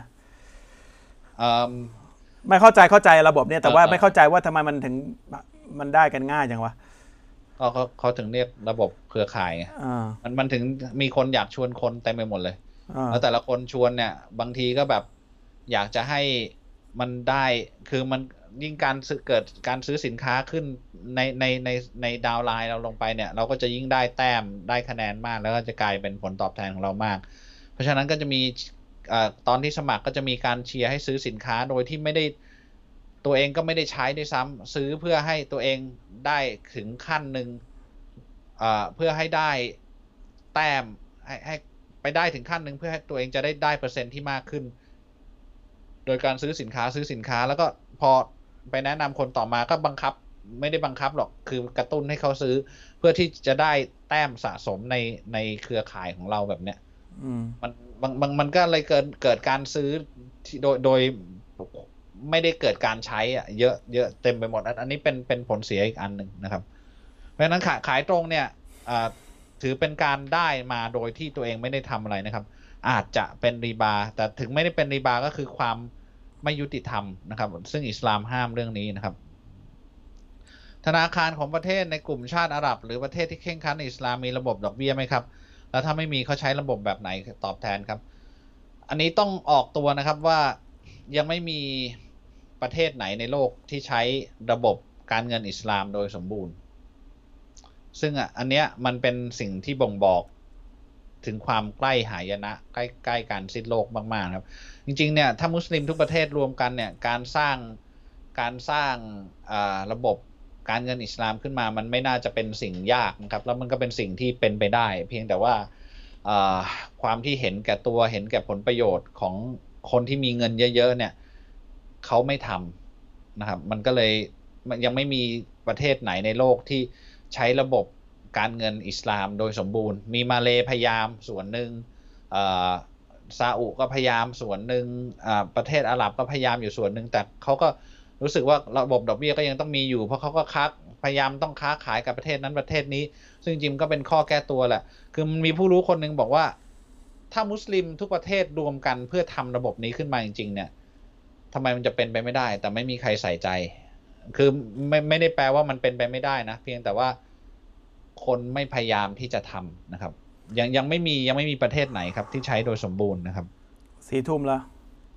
ไม่เข้าใจระบบเนี่ยแต่ว่าไม่เข้าใจว่าทำไมมันได้กันง่ายจังวะเขาถึงเรียกระบบเครือข่ายมันถึงมีคนอยากชวนคนเต็มไปหมดเลยแล้วแต่ละคนชวนเนี่ยบางทีก็แบบอยากจะให้มันได้คือมันยิ่งเกิดการซื้อสินค้าขึ้นในดาวไลน์เราลงไปเนี่ยเราก็จะยิ่งได้แต้มได้คะแนนมากแล้วก็จะกลายเป็นผลตอบแทนของเรามากเพราะฉะนั้นก็จะมีตอนที่สมัครก็จะมีการเชียร์ให้ซื้อสินค้าโดยที่ไม่ได้ตัวเองก็ไม่ได้ใช้ด้วยซ้ำซื้อเพื่อให้ตัวเองได้ถึงขั้นหนึ่งเพื่อให้ได้แต้มให้ไปได้ถึงขั้นหนึ่งเพื่อให้ตัวเองจะได้เปอร์เซ็นต์ที่มากขึ้นโดยการซื้อสินค้าแล้วก็พอไปแนะนำคนต่อมาก็ไม่ได้บังคับหรอกคือกระตุ้นให้เขาซื้อเพื่อที่จะได้แต้มสะสมในเครือข่ายของเราแบบเนี้ยมันก็เลยเกิดการซื้อโดยไม่ได้เกิดการใช้เยอะเต็มไปหมดอันนี้เป็นผลเสียอีกอันหนึ่งนะครับเพราะฉะนั้นขายตรงเนี่ยถือเป็นการได้มาโดยที่ตัวเองไม่ได้ทำอะไรนะครับอาจจะเป็นริบาแต่ถึงไม่ได้เป็นริบาก็คือความไม่ยุติธรรมนะครับซึ่งอิสลามห้ามเรื่องนี้นะครับธนาคารของประเทศในกลุ่มชาติอาหรับหรือประเทศที่เคร่งครัดในอิสลามมีระบบดอกเบี้ยไหมครับแล้วถ้าไม่มีเขาใช้ระบบแบบไหนตอบแทนครับอันนี้ต้องออกตัวนะครับว่ายังไม่มีประเทศไหนในโลกที่ใช้ระบบการเงินอิสลามโดยสมบูรณ์ซึ่งอันเนี้ยมันเป็นสิ่งที่บ่งบอกถึงความใกล้หายนะใกล้การสิ้นโลกมากๆครับจริงๆเนี่ยถ้ามุสลิมทุกประเทศรวมกันเนี่ยการสร้างระบบการเงินอิสลามขึ้นมามันไม่น่าจะเป็นสิ่งยากนะครับแล้วมันก็เป็นสิ่งที่เป็นไปได้เพียงแต่ว่าความที่เห็นแก่ตัวเห็นแก่ผลประโยชน์ของคนที่มีเงินเยอะๆเนี่ยเขาไม่ทำนะครับมันก็เลยยังไม่มีประเทศไหนในโลกที่ใช้ระบบการเงินอิสลามโดยสมบูรณ์มีมาเลพยายามส่วนหนึ่งซาอุก็พยายามส่วนหนึ่งประเทศอาหรับก็พยายามอยู่ส่วนหนึ่งแต่เขาก็รู้สึกว่าระบบดอกเบี้ยก็ยังต้องมีอยู่เพราะเขาก็พยายามต้องค้าขายกับประเทศนั้นประเทศนี้ซึ่งจริงก็เป็นข้อแก้ตัวแหละคือมันมีผู้รู้คนหนึ่งบอกว่าถ้ามุสลิมทุกประเทศรวมกันเพื่อทำระบบนี้ขึ้นมาจริงๆเนี่ยทำไมมันจะเป็นไปไม่ได้แต่ไม่มีใครใส่ใจคือไม่ได้แปลว่ามันเป็นไปไม่ได้นะเพียงแต่ว่าคนไม่พยายามที่จะทำนะครับยังไม่มีประเทศไหนครับที่ใช้โดยสมบูรณ์นะครับ 4 ทุ่มแล้ว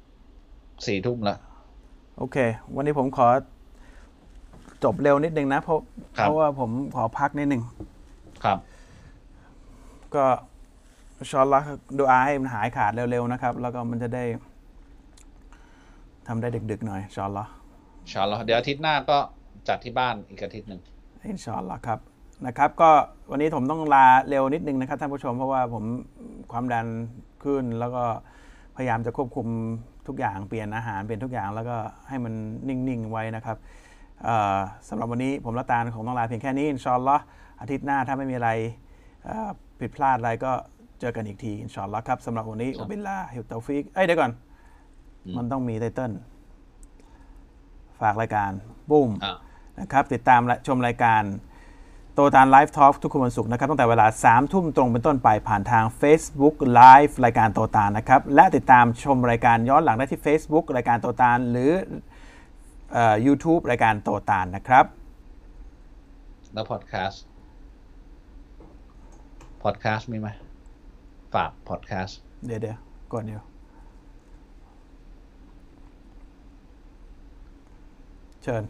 โอเควันนี้ผมขอจบเร็วนิดนึงนะเพราะว่าผมขอพักนิดนึงครับก็อินชาอัลลอฮ์ดุอาให้มันหายขาดเร็วๆนะครับแล้วก็มันจะได้ทำได้ดึกๆหน่อยอินชาอัลลอฮ์เดี๋ยวอาทิตย์หน้าก็จัดที่บ้านอีกอาทิตย์นึงอินชาอัลลอฮ์ครับนะครับก็วันนี้ผมต้องลาเร็วนิดนึงนะครับท่านผู้ชมเพราะว่าผมความดันขึ้นแล้วก็พยายามจะควบคุมทุกอย่างเปลี่ยนอาหารเปลี่ยนทุกอย่างแล้วก็ให้มันนิ่งๆไว้นะครับสำหรับวันนี้ผมละตาลของต้องลาเพียงแค่นี้อินชาอัลลอฮ์อาทิตย์หน้าถ้าไม่มีอะไรผิดพลาดอะไรก็เจอกันอีกทีอินชาอัลลอฮ์ครับสำหรับวันนี้อุบิลลาฮิวตอฟิกเดี๋ยวก่อนมันต้องมีไตเติ้ลฝากรายการบุ้มนะครับติดตามชมรายการโตตาลไลฟ์ทอล์กทุกวันศุกร์นะครับตั้งแต่เวลา 3 ทุ่มตรงเป็นต้นไปผ่านทาง Facebook Live รายการโตตาลนะครับและติดตามชมรายการย้อนหลังได้ที่ Facebook รายการโตตาลหรือYouTube รายการโตตาลนะครับแล้วพอดแคสต์มีไหมฝากพอดแคสต์เดี๋ยวก่อนเดียวเชิญ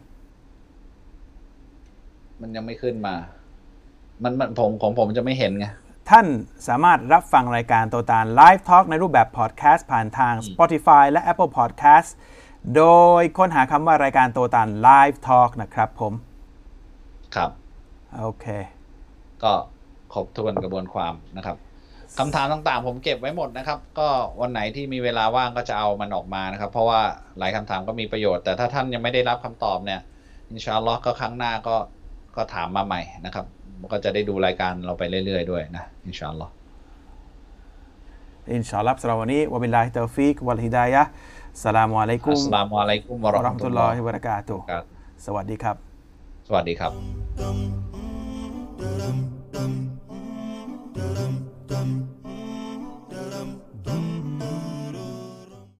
มันยังไม่ขึ้นมามันผมจะไม่เห็นไงท่านสามารถรับฟังรายการโตตาลไลฟ์ทอล์กในรูปแบบพอดแคสต์ผ่านทาง Spotify และ Apple Podcast โดยค้นหาคำว่ารายการโตตาลไลฟ์ทอล์กนะครับผมครับโอเคก็ครบถ้วนกระบวนความนะครับคำถามต่างๆผมเก็บไว้หมดนะครับก็วันไหนที่มีเวลาว่างก็จะเอามันออกมานะครับเพราะว่าหลายคำถามก็มีประโยชน์แต่ถ้าท่านยังไม่ได้รับคำตอบเนี่ยอินชาอัลลอฮ์ก็ครั้งหน้าก็ถามมาใหม่นะครับก็จะได้ดูรายการเราไปเรื่อยๆด้วยนะอินชาอัลลอฮ์อินชาอัลลอฮ์สำหรับวันนี้วะบิลลาฮิตตอฟิกวัลฮิดายะฮ์อัสสลามุอะลัยกุมวะเราะห์มะตุลลอฮิวะบะเราะกาตุฮ์สวัสดีครับสวัสดีครับ